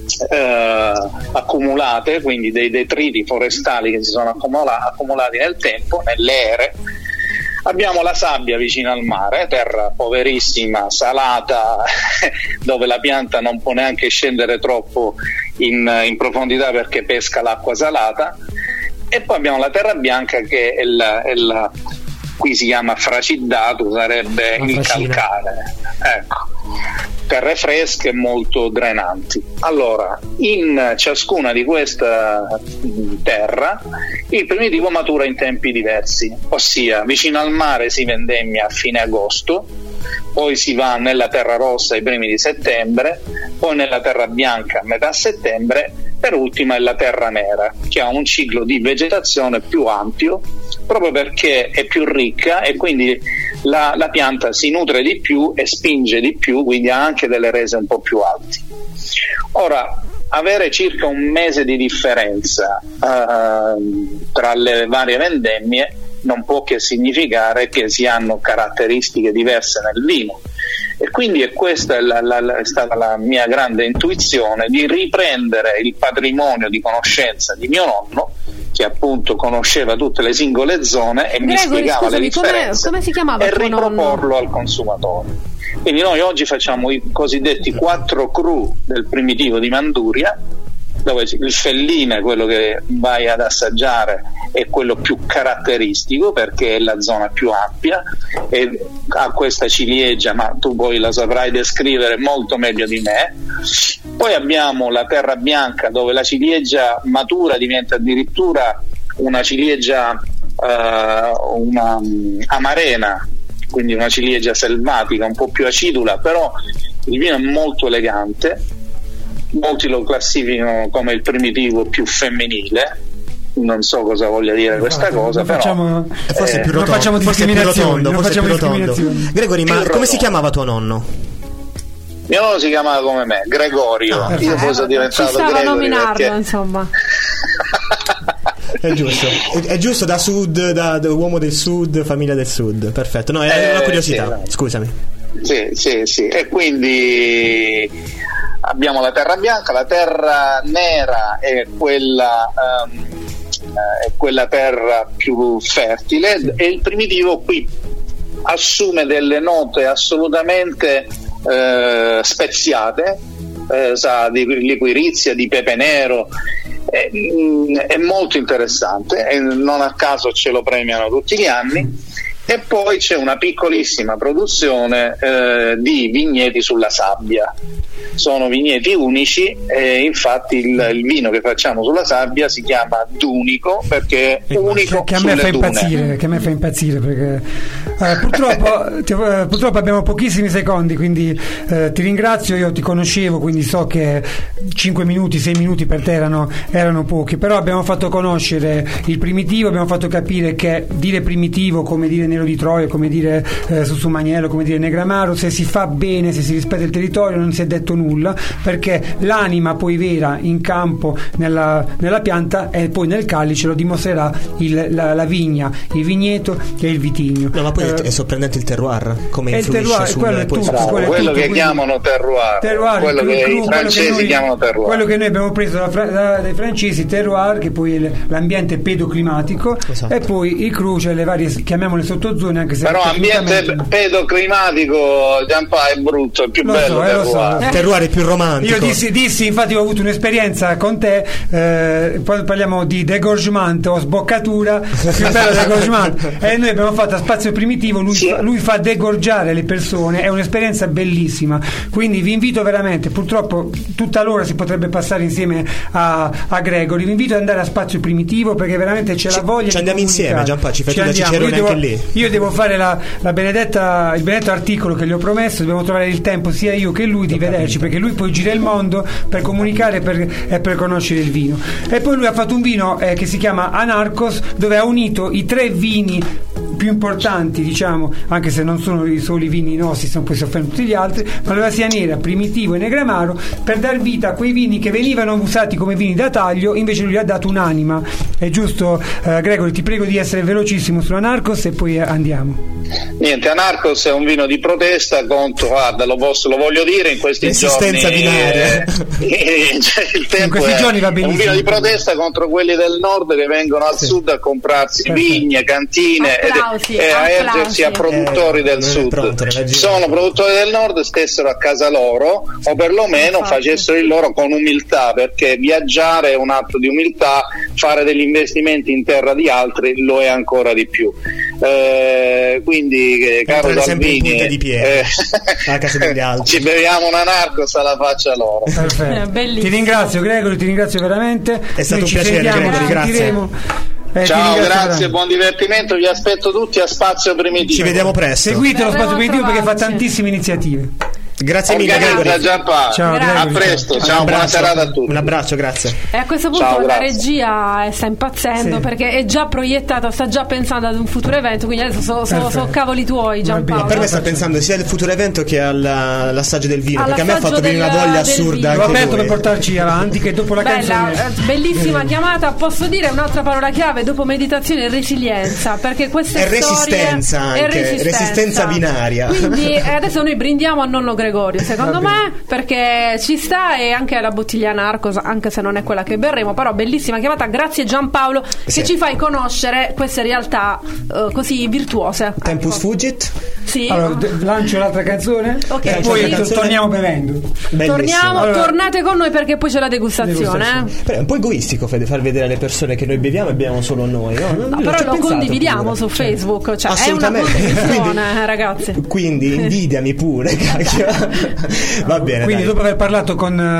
S7: accumulate, quindi dei detriti forestali che si sono accumulati nel tempo, nelle ere. Abbiamo la sabbia vicino al mare, terra poverissima, salata, dove la pianta non può neanche scendere troppo in profondità perché pesca l'acqua salata. E poi abbiamo la terra bianca, che è qui si chiama fracidato, sarebbe il calcare. Ecco, terre fresche molto drenanti. Allora, in ciascuna di questa terra il primitivo matura in tempi diversi, ossia vicino al mare si vendemmia a fine agosto, poi si va nella terra rossa ai primi di settembre, poi nella terra bianca a metà settembre, per ultima è la terra nera, che ha un ciclo di vegetazione più ampio proprio perché è più ricca e quindi la pianta si nutre di più e spinge di più, quindi ha anche delle rese un po' più alte. Ora, avere circa un mese di differenza tra le varie vendemmie non può che significare che si hanno caratteristiche diverse nel vino, e quindi questa è stata la mia grande intuizione, di riprendere il patrimonio di conoscenza di mio nonno, che appunto conosceva tutte le singole zone e mi spiegava le differenze,
S1: come si chiamava
S7: e riproporlo al consumatore. Quindi noi oggi facciamo i cosiddetti 4 cru del primitivo di Manduria, dove il Felline, quello che vai ad assaggiare, è quello più caratteristico perché è la zona più ampia e ha questa ciliegia, ma tu poi la saprai descrivere molto meglio di me. Poi abbiamo la terra bianca, dove la ciliegia matura diventa addirittura una ciliegia una amarena, quindi una ciliegia selvatica, un po' più acidula, però il vino è molto elegante. Molti lo classificano come il primitivo più femminile, non so cosa voglia dire questa cosa, però
S3: forse più rotondo,
S4: non facciamo discriminazioni.
S3: Gregori, ma come si chiamava tuo nonno?
S7: Mio nonno si chiamava come me, Gregorio. Io poi sono diventato
S1: Ci stava a nominarlo,
S7: perché...
S1: insomma.
S3: È giusto da sud, da uomo del sud, famiglia del sud. Perfetto, no, è una curiosità, sì, scusami.
S7: Sì, e quindi abbiamo la terra bianca, la terra nera è quella terra più fertile, e il primitivo qui assume delle note assolutamente speziate, sa di liquirizia, di pepe nero. È molto interessante e non a caso ce lo premiano tutti gli anni. e poi c'è una piccolissima produzione di vigneti sulla sabbia. Sono vigneti unici e infatti il vino che facciamo sulla sabbia si chiama Dunico perché è unico
S4: che a me fa
S7: dune.
S4: Che a me fa impazzire perché purtroppo abbiamo pochissimi secondi, quindi ti ringrazio. Io ti conoscevo, quindi so che 5 minuti 6 minuti per te erano pochi, però abbiamo fatto conoscere il primitivo, abbiamo fatto capire che dire primitivo come dire Nero di Troia, come dire Susumaniello, come dire Negramaro, se si fa bene, se si rispetta il territorio, non si è detto nulla, perché l'anima poi vera in campo nella pianta e poi nel calice lo dimostrerà la vigna, il vigneto e il vitigno.
S3: No, ma poi è sorprendente il terroir, come influisce
S7: quello che chiamano terroir, quello che i francesi chiamano terroir,
S4: quello che noi abbiamo preso dai francesi, terroir, che poi è l'ambiente pedoclimatico, esatto. E poi il cru, cioè le varie, chiamiamole sottozone, anche se
S7: però ambiente pedoclimatico Giampaolo è brutto, è più bello terroir.
S3: Terroir è più romantico.
S4: Io dissi, infatti ho avuto un'esperienza con te, quando parliamo di dégorgement o sboccatura, più bello dégorgement, e noi abbiamo fatto a Spazio Primitivo, lui fa degorgiare le persone, è un'esperienza bellissima, quindi vi invito veramente, purtroppo tutta l'ora si potrebbe passare insieme a Gregory, vi invito ad andare a Spazio Primitivo perché veramente c'è la voglia,
S3: ci andiamo insieme, Giampaolo, ci fai tu da Cicerone anche lì.
S4: Io devo fare il benedetto articolo che gli ho promesso, dobbiamo trovare il tempo sia io che lui di vederci, perché lui poi gira il mondo per comunicare e per conoscere il vino. E poi lui ha fatto un vino che si chiama Anarcos, dove ha unito i 3 vini più importanti, diciamo, anche se non sono i soli vini nostri, poi si offrono tutti gli altri, ma l'Eurasia Nera, Primitivo e Negramaro, per dar vita a quei vini che venivano usati come vini da taglio, invece lui gli ha dato un'anima. È giusto, Gregory, ti prego di essere velocissimo su Anarcos e poi andiamo.
S7: Niente, Anarcos è un vino di protesta contro, guarda, lo voglio dire, in questi
S3: l'esistenza
S7: giorni
S3: binaria.
S7: Il tempo è un vino di protesta contro quelli del nord che vengono al sud a comprarsi vigne, cantine e a ergersi a produttori del sud. Sono produttori del nord, stessero a casa loro o perlomeno facessero il loro con umiltà, perché viaggiare è un atto di umiltà, fare degli investimenti in terra di altri lo è ancora di più. Quindi caro Salvini,
S3: a casa degli altri
S7: ci beviamo un Anarcos alla faccia loro.
S4: Ti ringrazio Gregory, ti ringrazio veramente,
S3: è stato un piacere, grazie.
S7: Ciao, grazie, buon divertimento, vi aspetto tutti a Spazio Primitivo.
S3: Ci vediamo presto.
S4: Seguite lo Spazio Primitivo perché fa tantissime iniziative.
S3: Grazie mille, Gregory.
S7: Ciao, a presto, ciao, buona serata a tutti.
S3: Un abbraccio, grazie.
S1: E a questo punto la regia sta impazzendo perché è già proiettata, sta già pensando ad un futuro evento, quindi adesso sono cavoli tuoi, Giampaolo.
S3: Per me sta pensando sia al futuro evento che all'assaggio del vino, perché a me ha fatto venire una voglia assurda.
S4: L'ho aperto per portarci avanti, che dopo la canzone
S1: bellissima chiamata, posso dire un'altra parola chiave dopo meditazione e resilienza, perché queste
S3: è resistenza anche, resistenza binaria.
S1: Quindi adesso noi brindiamo a nonno Gregorio, secondo me, perché ci sta, e anche alla bottiglia Narcos, anche se non è quella che berremo, però bellissima chiamata. Grazie Giampaolo che ci fai conoscere queste realtà così virtuose.
S3: Tempus fugit.
S1: Sì.
S4: Allora lancio l'altra canzone e poi torniamo bevendo.
S1: Torniamo, tornate con noi perché poi c'è la degustazione.
S3: Però è un po' egoistico far vedere alle persone che noi beviamo e beviamo solo noi, no?
S1: Però lo condividiamo su Facebook, cioè è una condivisione, ragazzi.
S3: Quindi invidiami pure, cacchio. Va bene.
S4: Quindi dopo aver parlato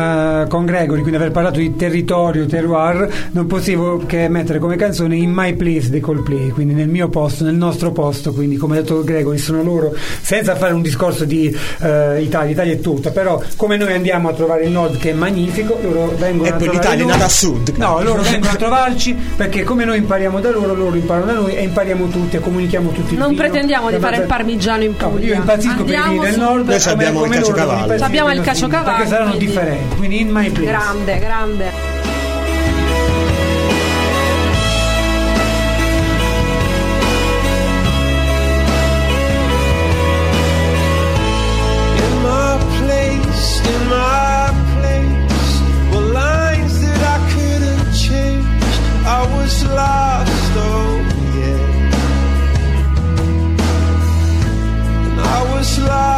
S4: con Gregory, quindi aver parlato di territorio, terroir, non potevo che mettere come canzone In My Place dei Coldplay, quindi nel mio posto, nel nostro posto, quindi come ha detto Gregory sono loro, senza fare un discorso di Italia è tutta, però come noi andiamo a trovare il nord che è magnifico, loro vengono
S3: a trovare l'Italia è nata a sud.
S4: No, loro vengono a trovarci perché come noi impariamo da loro, loro imparano da noi e impariamo tutti e comunichiamo tutti il
S1: non
S4: vino.
S1: Pretendiamo di fare il parmigiano in Puglia.
S4: Io impazzisco per i vini del nord.
S3: Noi abbiamo il caciocavallo.
S1: Abbiamo il caciocavallo
S4: perché saranno differenti, quindi In My Place.
S1: Grande.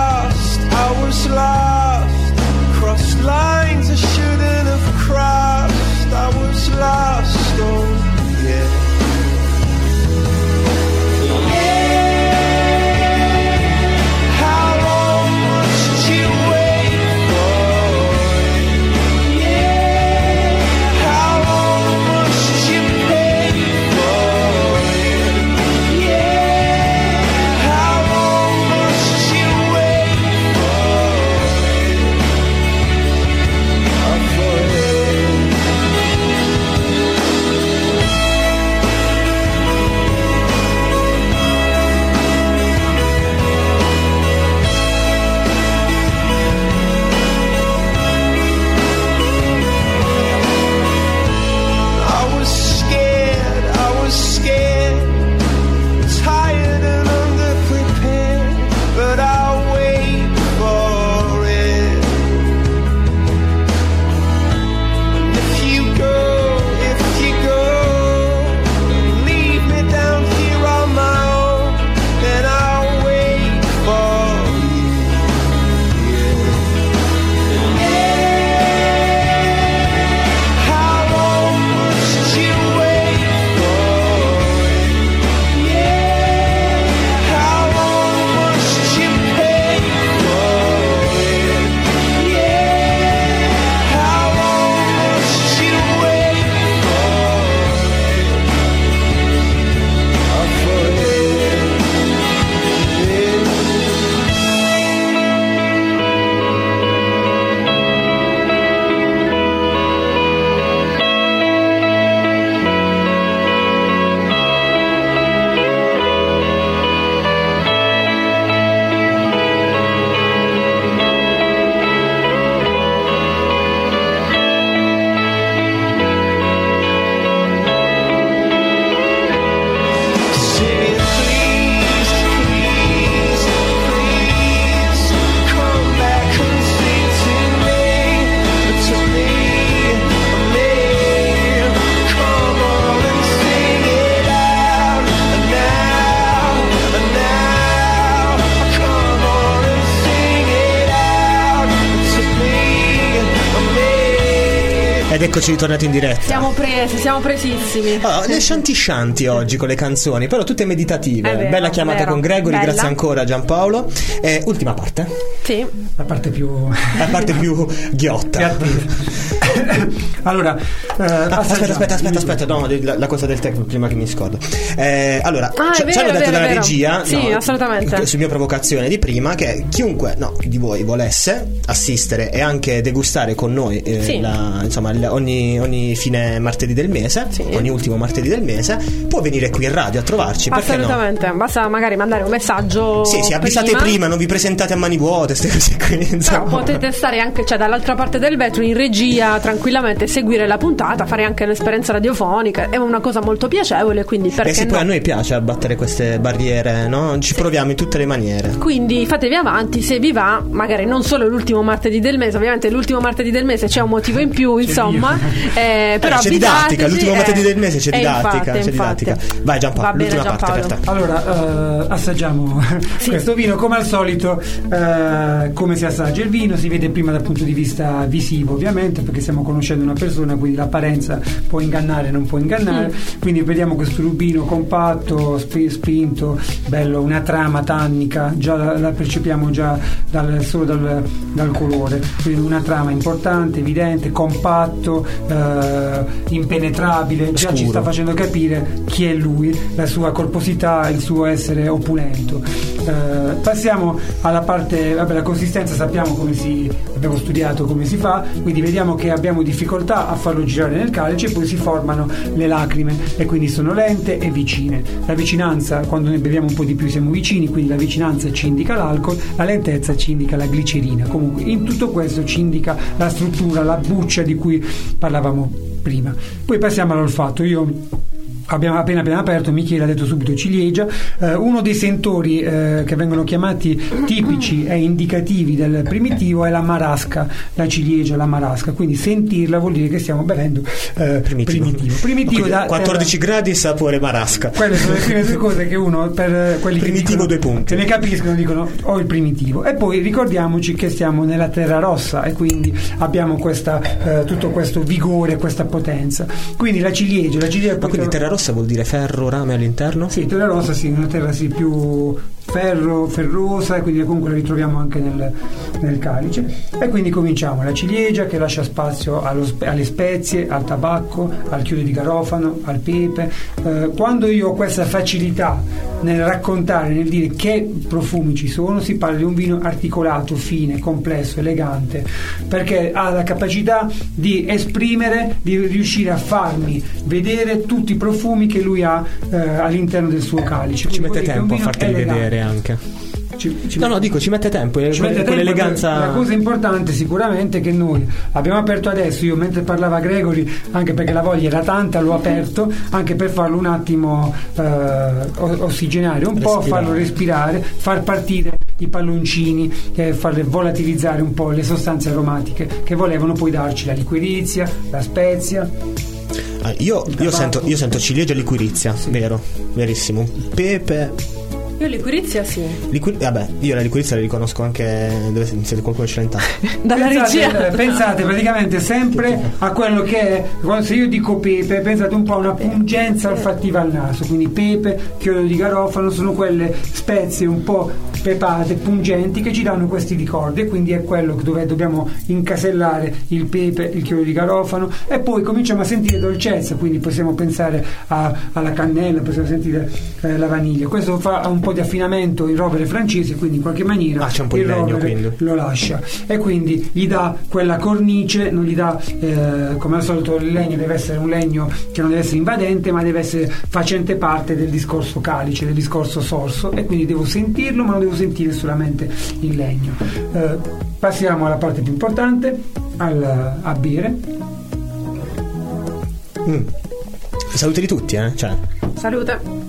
S8: I was lost, crossed lines I shouldn't have crossed.
S3: Ed eccoci ritornati in diretta.
S1: Siamo presissimi.
S3: Allora, le shanti oggi con le canzoni, però tutte meditative. Vero, bella chiamata con Gregory, bella. Grazie ancora Giampaolo. Ultima parte.
S1: Sì.
S4: La parte più
S3: ghiotta.
S4: Allora,
S3: aspetta, no, la cosa del tecnico prima che mi scordo. Allora, ci hanno detto dalla regia,
S1: sì, assolutamente,
S3: su mia provocazione di prima, che chiunque di voi volesse assistere e anche degustare con noi ogni fine martedì del mese, ogni ultimo martedì del mese, può venire qui in radio a trovarci.
S1: Assolutamente, no? Basta magari mandare un messaggio.
S3: Sì, avvisate prima, non vi presentate a mani vuote, queste cose qui.
S1: Però potete stare anche dall'altra parte del vetro in regia tranquillamente, seguire la puntata, fare anche l'esperienza radiofonica. È una cosa molto piacevole, quindi perché
S3: poi a noi piace abbattere queste barriere, no? Ci proviamo in tutte le maniere.
S1: Quindi fatevi avanti, se vi va, magari non solo l'ultimo martedì del mese, ovviamente l'ultimo martedì del mese c'è un motivo in più, insomma, però
S3: c'è didattica, l'ultimo martedì del mese c'è didattica,
S1: infatti.
S3: Vai Giampaolo, l'ultima parte per te.
S4: Allora, assaggiamo questo vino come al solito. Come si assaggia il vino? Si vede prima dal punto di vista visivo, ovviamente, perché stiamo conoscendo una persona, quindi l'apparenza può ingannare, non può ingannare. Quindi vediamo questo rubino compatto, spinto, bello, una trama tannica, già la percepiamo già solo dal colore, quindi una trama importante, evidente, compatto, impenetrabile, già ci sta facendo capire chi è lui, la sua corposità, il suo essere opulento. Passiamo alla parte, la consistenza sappiamo abbiamo studiato come si fa, quindi vediamo che abbiamo difficoltà a farlo girare nel calice e poi si formano le lacrime e quindi sono lente e vicine. La vicinanza, quando ne beviamo un po' di più siamo vicini, quindi la vicinanza ci indica l'alcol, la lentezza ci indica la glicerina. Comunque in tutto questo ci indica la struttura, la buccia di cui parlavamo prima. Poi passiamo all'olfatto. Abbiamo appena aperto, Michele ha detto subito ciliegia, uno dei sentori che vengono chiamati tipici e indicativi del primitivo è la marasca, la ciliegia, la marasca, quindi sentirla vuol dire che stiamo bevendo primitivo
S3: da 14 gradi, sapore marasca.
S4: Quelle sono le prime due cose che uno, per quelli
S3: primitivo
S4: che
S3: dicono, 2 punti,
S4: che ne capiscono, dicono ho il primitivo. E poi ricordiamoci che stiamo nella terra rossa e quindi abbiamo tutto questo vigore, questa potenza. Quindi la ciliegia
S3: ma quindi terra rossa vuol dire ferro, rame all'interno?
S4: Sì, terra rossa, sì, una terra più ferrosa, e quindi comunque la ritroviamo anche nel calice. E quindi cominciamo la ciliegia, che lascia spazio alle spezie, al tabacco, al chiodo di garofano, al pepe. Quando io ho questa facilità nel raccontare, nel dire che profumi ci sono, si parla di un vino articolato, fine, complesso, elegante, perché ha la capacità di esprimere, di riuscire a farmi vedere tutti i profumi che lui ha all'interno del suo calice.
S3: Ci mette tempo a farteli vedere anche. Ci mette tempo, quell'eleganza.
S4: La cosa importante sicuramente è che noi abbiamo aperto adesso, io mentre parlava Gregory, anche perché la voglia era tanta, l'ho aperto anche per farlo un attimo ossigenare un po', farlo respirare, far partire i palloncini, farle volatilizzare un po' le sostanze aromatiche che volevano poi darci la liquirizia, la spezia.
S3: Io sento ciliegia e liquirizia, sì. Vero, verissimo. Pepe.
S1: Io liquirizia sì.
S3: Io la liquirizia la riconosco anche dove siete, qualcuno ce l'ha in tasca.
S1: Dalla regia.
S4: Pensate praticamente sempre a quello che è, se io dico pepe, pensate un po' a una pungenza olfattiva al naso, quindi pepe, chiodo di garofano, sono quelle spezie un po' pepate, pungenti, che ci danno questi ricordi, e quindi è quello dove dobbiamo incasellare il pepe, il chiodo di garofano, e poi cominciamo a sentire dolcezza, quindi possiamo pensare alla cannella, possiamo sentire la vaniglia. Questo fa un po' di affinamento in rovere francese, quindi in qualche maniera
S3: c'è un po' il legno, quindi
S4: lo lascia, e quindi gli dà quella cornice, non gli dà come al solito. Il legno deve essere un legno che non deve essere invadente, ma deve essere facente parte del discorso calice, del discorso sorso, e quindi devo sentirlo, ma non devo sentire solamente il legno. Passiamo alla parte più importante, a bere.
S3: Salute di tutti,
S1: Salute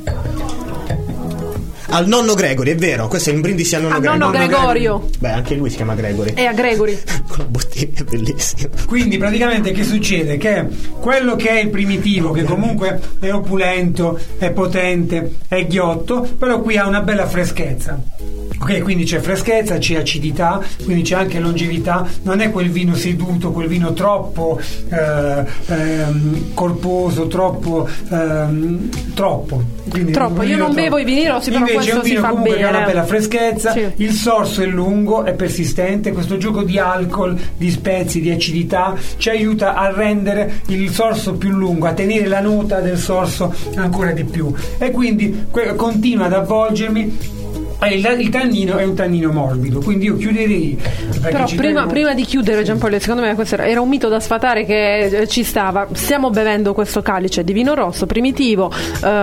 S3: al nonno Gregory, è vero, questo è un brindisi al nonno
S1: Gregorio.
S3: Beh, anche lui si chiama Gregory.
S1: E a Gregory.
S3: Con la bottiglia, è bellissimo.
S4: Quindi praticamente che succede? Che quello che è il primitivo, che comunque è opulento, è potente, è ghiotto, però qui ha una bella freschezza. Ok, quindi c'è freschezza, c'è acidità, quindi c'è anche longevità. Non è quel vino seduto, quel vino troppo corposo, troppo. Quindi
S1: troppo. Io non bevo i vini rossi, però
S4: invece
S1: questo si fa bene.
S4: Che ha una bella freschezza,
S1: sì.
S4: Il sorso è lungo, è persistente. Questo gioco di alcol, di spezie, di acidità ci aiuta a rendere il sorso più lungo, a tenere la nota del sorso ancora di più, e quindi continua ad avvolgermi. Il tannino è un tannino morbido, quindi io chiuderei.
S1: Però prima di chiudere, Giampaolo, secondo me questo era un mito da sfatare che ci stava. Stiamo bevendo questo calice di vino rosso primitivo,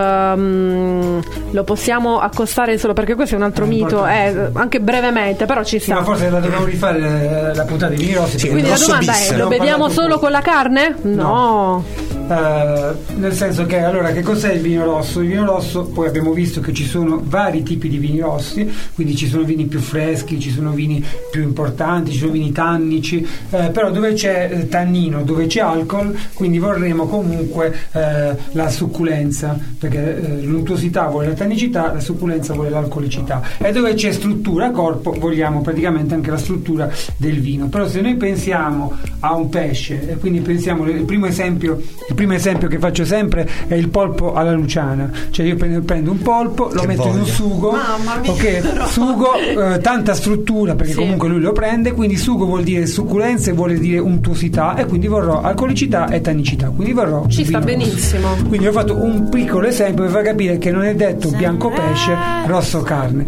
S1: lo possiamo accostare solo perché questo è un altro mito, anche brevemente, però ci sta.
S4: Ma forse la dobbiamo rifare la puntata di vini rossi.
S1: Sì, quindi la domanda è: lo beviamo solo con la carne? No.
S4: Nel senso che allora che cos'è il vino rosso? Il vino rosso, poi abbiamo visto che ci sono vari tipi di vini rossi, quindi ci sono vini più freschi, ci sono vini più importanti, ci sono vini tannici, però dove c'è tannino, dove c'è alcol, quindi vorremmo comunque la succulenza, perché l'untuosità vuole la tannicità, la succulenza vuole l'alcolicità, e dove c'è struttura corpo vogliamo praticamente anche la struttura del vino. Però se noi pensiamo a un pesce, e quindi pensiamo, il primo esempio che faccio sempre è il polpo alla luciana, cioè io prendo un polpo, lo metto in un sugo, sugo, tanta struttura, perché comunque lui lo prende, quindi sugo vuol dire succulenza e vuole dire untuosità, e quindi vorrò alcolicità e tannicità, quindi vorrò
S1: ci sta benissimo.
S4: Quindi ho fatto un piccolo esempio per far capire che non è detto bianco pesce, rosso carne,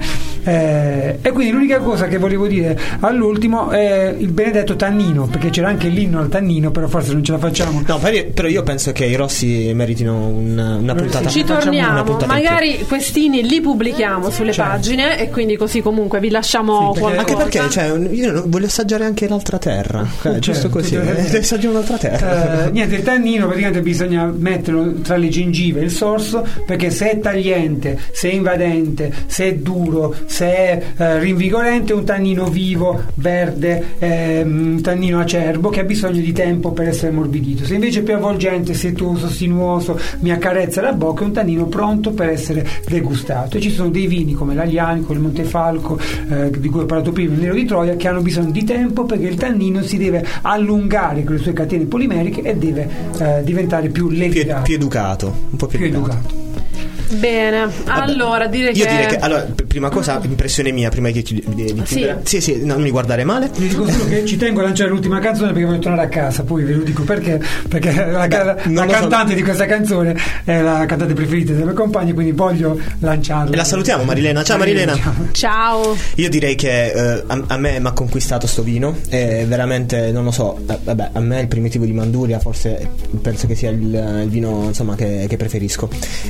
S4: e quindi l'unica cosa che volevo dire all'ultimo è il benedetto tannino, perché c'era anche l'inno al tannino, però forse non ce la facciamo.
S3: No, però io penso che i rossi meritino una puntata.
S1: Ci torniamo, magari questini li pubblichiamo sulle pagine, e quindi così comunque vi lasciamo qualcosa.
S3: Anche perché io voglio assaggiare anche l'altra terra, giusto così, assaggiamo l'altra terra.
S4: Niente, il tannino praticamente bisogna metterlo tra le gengive e il sorso, perché se è tagliente, se è invadente, se è duro, se è rinvigorente, è un tannino vivo, verde, un tannino acerbo che ha bisogno di tempo per essere ammorbidito. Se invece è più avvolgente, setuoso, sinuoso, mi accarezza la bocca, è un tannino pronto per essere degustato. E ci sono dei vini come l'Aglianico, il Montefalco, di cui ho parlato prima, il Nero di Troia, che hanno bisogno di tempo, perché il tannino si deve allungare con le sue catene polimeriche e deve diventare più levigato,
S3: più educato, un po' più educato.
S1: Bene, allora direi che
S3: allora, prima cosa, impressione mia prima di chiudere. Sì, non mi guardare male.
S4: Vi dico solo che ci tengo a lanciare l'ultima canzone perché voglio tornare a casa, poi ve lo dico perché la cantante di questa canzone è la cantante preferita dei miei compagni, quindi voglio lanciarla.
S3: E la salutiamo, Marilena. Ciao Marilena.
S1: Ciao.
S3: Io direi che a me mi ha conquistato sto vino, e veramente non lo so, a me il primitivo di Manduria forse penso che sia il vino, insomma, che preferisco.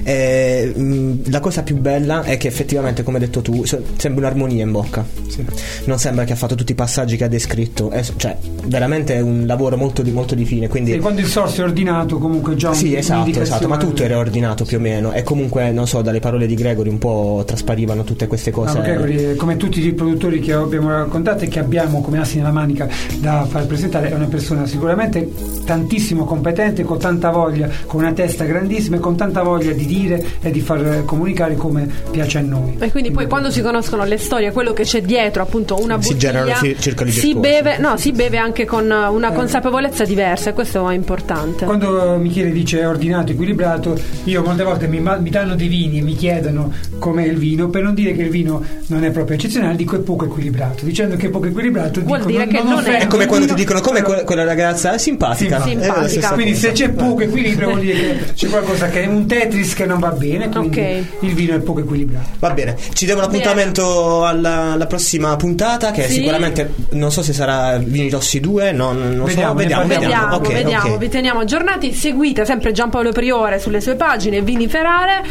S3: La cosa più bella è che effettivamente, come hai detto tu, sembra un'armonia in bocca. Sì. Non sembra che ha fatto tutti i passaggi che ha descritto, cioè veramente è un lavoro molto di fine. Quindi
S4: quando il sorso è ordinato, comunque già
S3: esatto, ma tutto era ordinato più o meno, e comunque non so, dalle parole di Gregory un po' trasparivano tutte queste cose.
S4: Gregory, come tutti i produttori che abbiamo raccontato e che abbiamo come assi nella manica da far presentare, è una persona sicuramente tantissimo competente, con tanta voglia, con una testa grandissima e con tanta voglia di dire e di far comunicare come piace a noi.
S1: E quindi poi quando si conoscono le storie, quello che c'è dietro, appunto una
S3: si
S1: bottiglia,
S3: generano circoli
S1: si beve anche con una consapevolezza diversa, e questo è importante.
S4: Quando Michele dice ordinato, equilibrato, io molte volte mi danno dei vini e mi chiedono com'è il vino, per non dire che il vino non è proprio eccezionale, dico è poco equilibrato. Dicendo che è poco equilibrato
S1: vuol dire che non è
S3: come quando ti dicono come quella ragazza è simpatica.
S4: Quindi se c'è poco equilibrio vuol dire che c'è qualcosa che è un Tetris che non va bene, quindi il vino è poco equilibrato.
S3: Va bene, ci diamo l'appuntamento alla prossima puntata, che sicuramente non so se sarà Vini Rossi 2, vediamo. Okay.
S1: Vi teniamo aggiornati, seguite sempre Giampaolo Priore sulle sue pagine, Viniferare,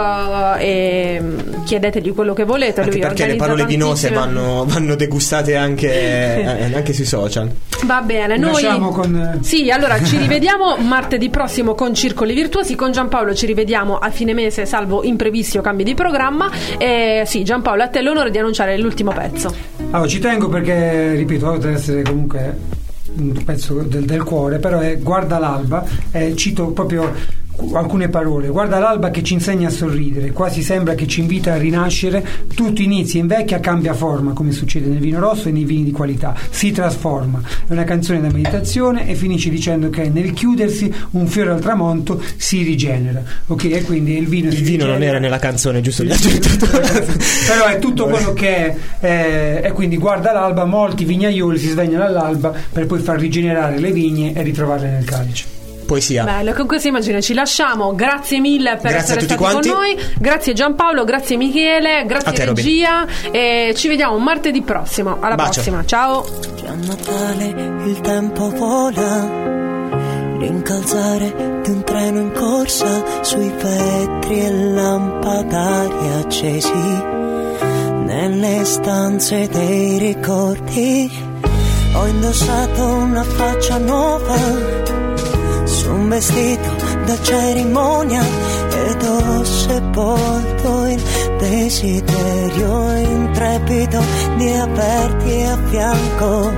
S1: e chiedetegli quello che volete,
S3: anche
S1: lui
S3: perché le parole vinose vanno degustate anche sui social.
S1: Va bene, noi allora ci rivediamo martedì prossimo con Circoli Virtuosi. Con Giampaolo ci rivediamo a fine mese, salvo imprevisti o cambi di programma. E Giampaolo, a te l'onore di annunciare l'ultimo pezzo.
S4: Allora, ci tengo perché, ripeto, deve essere comunque un pezzo del cuore, però è Guarda l'alba, cito proprio alcune parole. Guarda l'alba che ci insegna a sorridere, quasi sembra che ci invita a rinascere, tutto inizia, invecchia, cambia forma, come succede nel vino rosso e nei vini di qualità, si trasforma. È una canzone da meditazione e finisce dicendo che nel chiudersi un fiore al tramonto si rigenera, ok? E quindi il vino
S3: non era nella canzone, giusto?
S4: Però è tutto quello che è, e quindi guarda l'alba, molti vignaioli si svegliano all'alba per poi far rigenerare le vigne e ritrovarle nel calice.
S3: Poesia.
S1: Bello, con questa immagine ci lasciamo. Grazie mille per essere stati
S3: quanti.
S1: con noi. Grazie Giampaolo, grazie Michele, grazie
S3: te,
S1: regia e ci vediamo martedì prossimo. Alla prossima, ciao.
S6: Già Natale, il tempo vola, l'incalzare di un treno in corsa sui vetri e lampadari accesi nelle stanze dei ricordi. Ho indossato una faccia nuova, un vestito da cerimonia ed ho sepolto il desiderio intrepido di averti a fianco.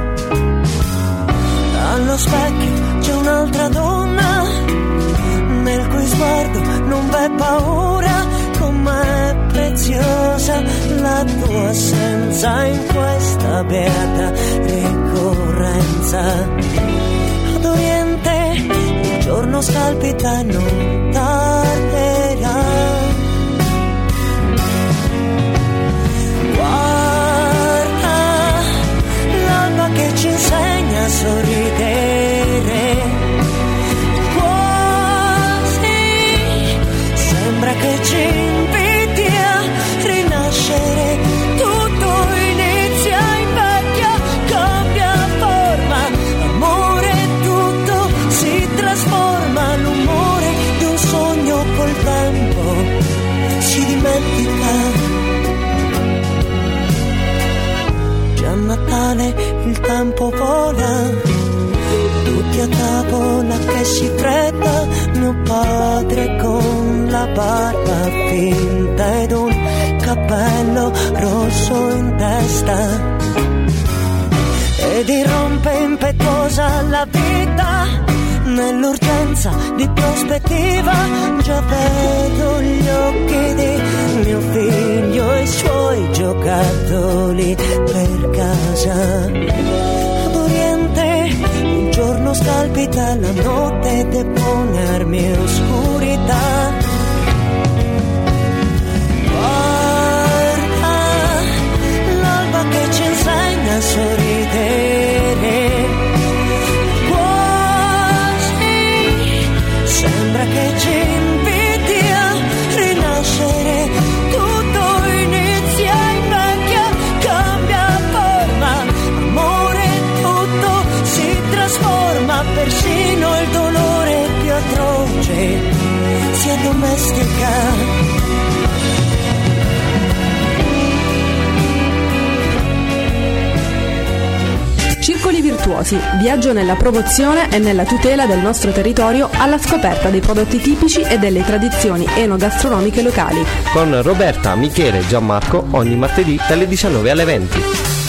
S6: Allo specchio c'è un'altra donna nel cui sguardo non v'è paura, com'è preziosa la tua assenza in questa beata ricorrenza. Ad Oriente il giorno scalpita e non tarderà. Guarda l'alba che ci insegna a sorridere, quasi sembra che ci inviti a rinascere. Tutto inizia, invecchia, cambia forma, amore, tutto si trasforma. L'umore di un sogno col tempo si dimentica. Già a Natale il tempo vola, tutti a tavola che si fredda, mio padre con la barba finta ed un cappello rosso in testa, ed irrompe impetuosa la vita nell'urgenza di prospettiva. Già vedo gli occhi di mio figlio e i suoi giocattoli per casa. Ad Oriente il giorno scalpita, la notte depone armi e oscurità. Guarda l'alba che ci insegna a sorridere, sembra che ci inviti a rinascere. Tutto inizia, invecchia, cambia forma, amore, tutto si trasforma. Persino il dolore più atroce si addomestica.
S1: Circoli Virtuosi, viaggio nella promozione e nella tutela del nostro territorio alla scoperta dei prodotti tipici e delle tradizioni enogastronomiche locali.
S2: Con Roberta, Michele e Gianmarco ogni martedì dalle 19 alle 20.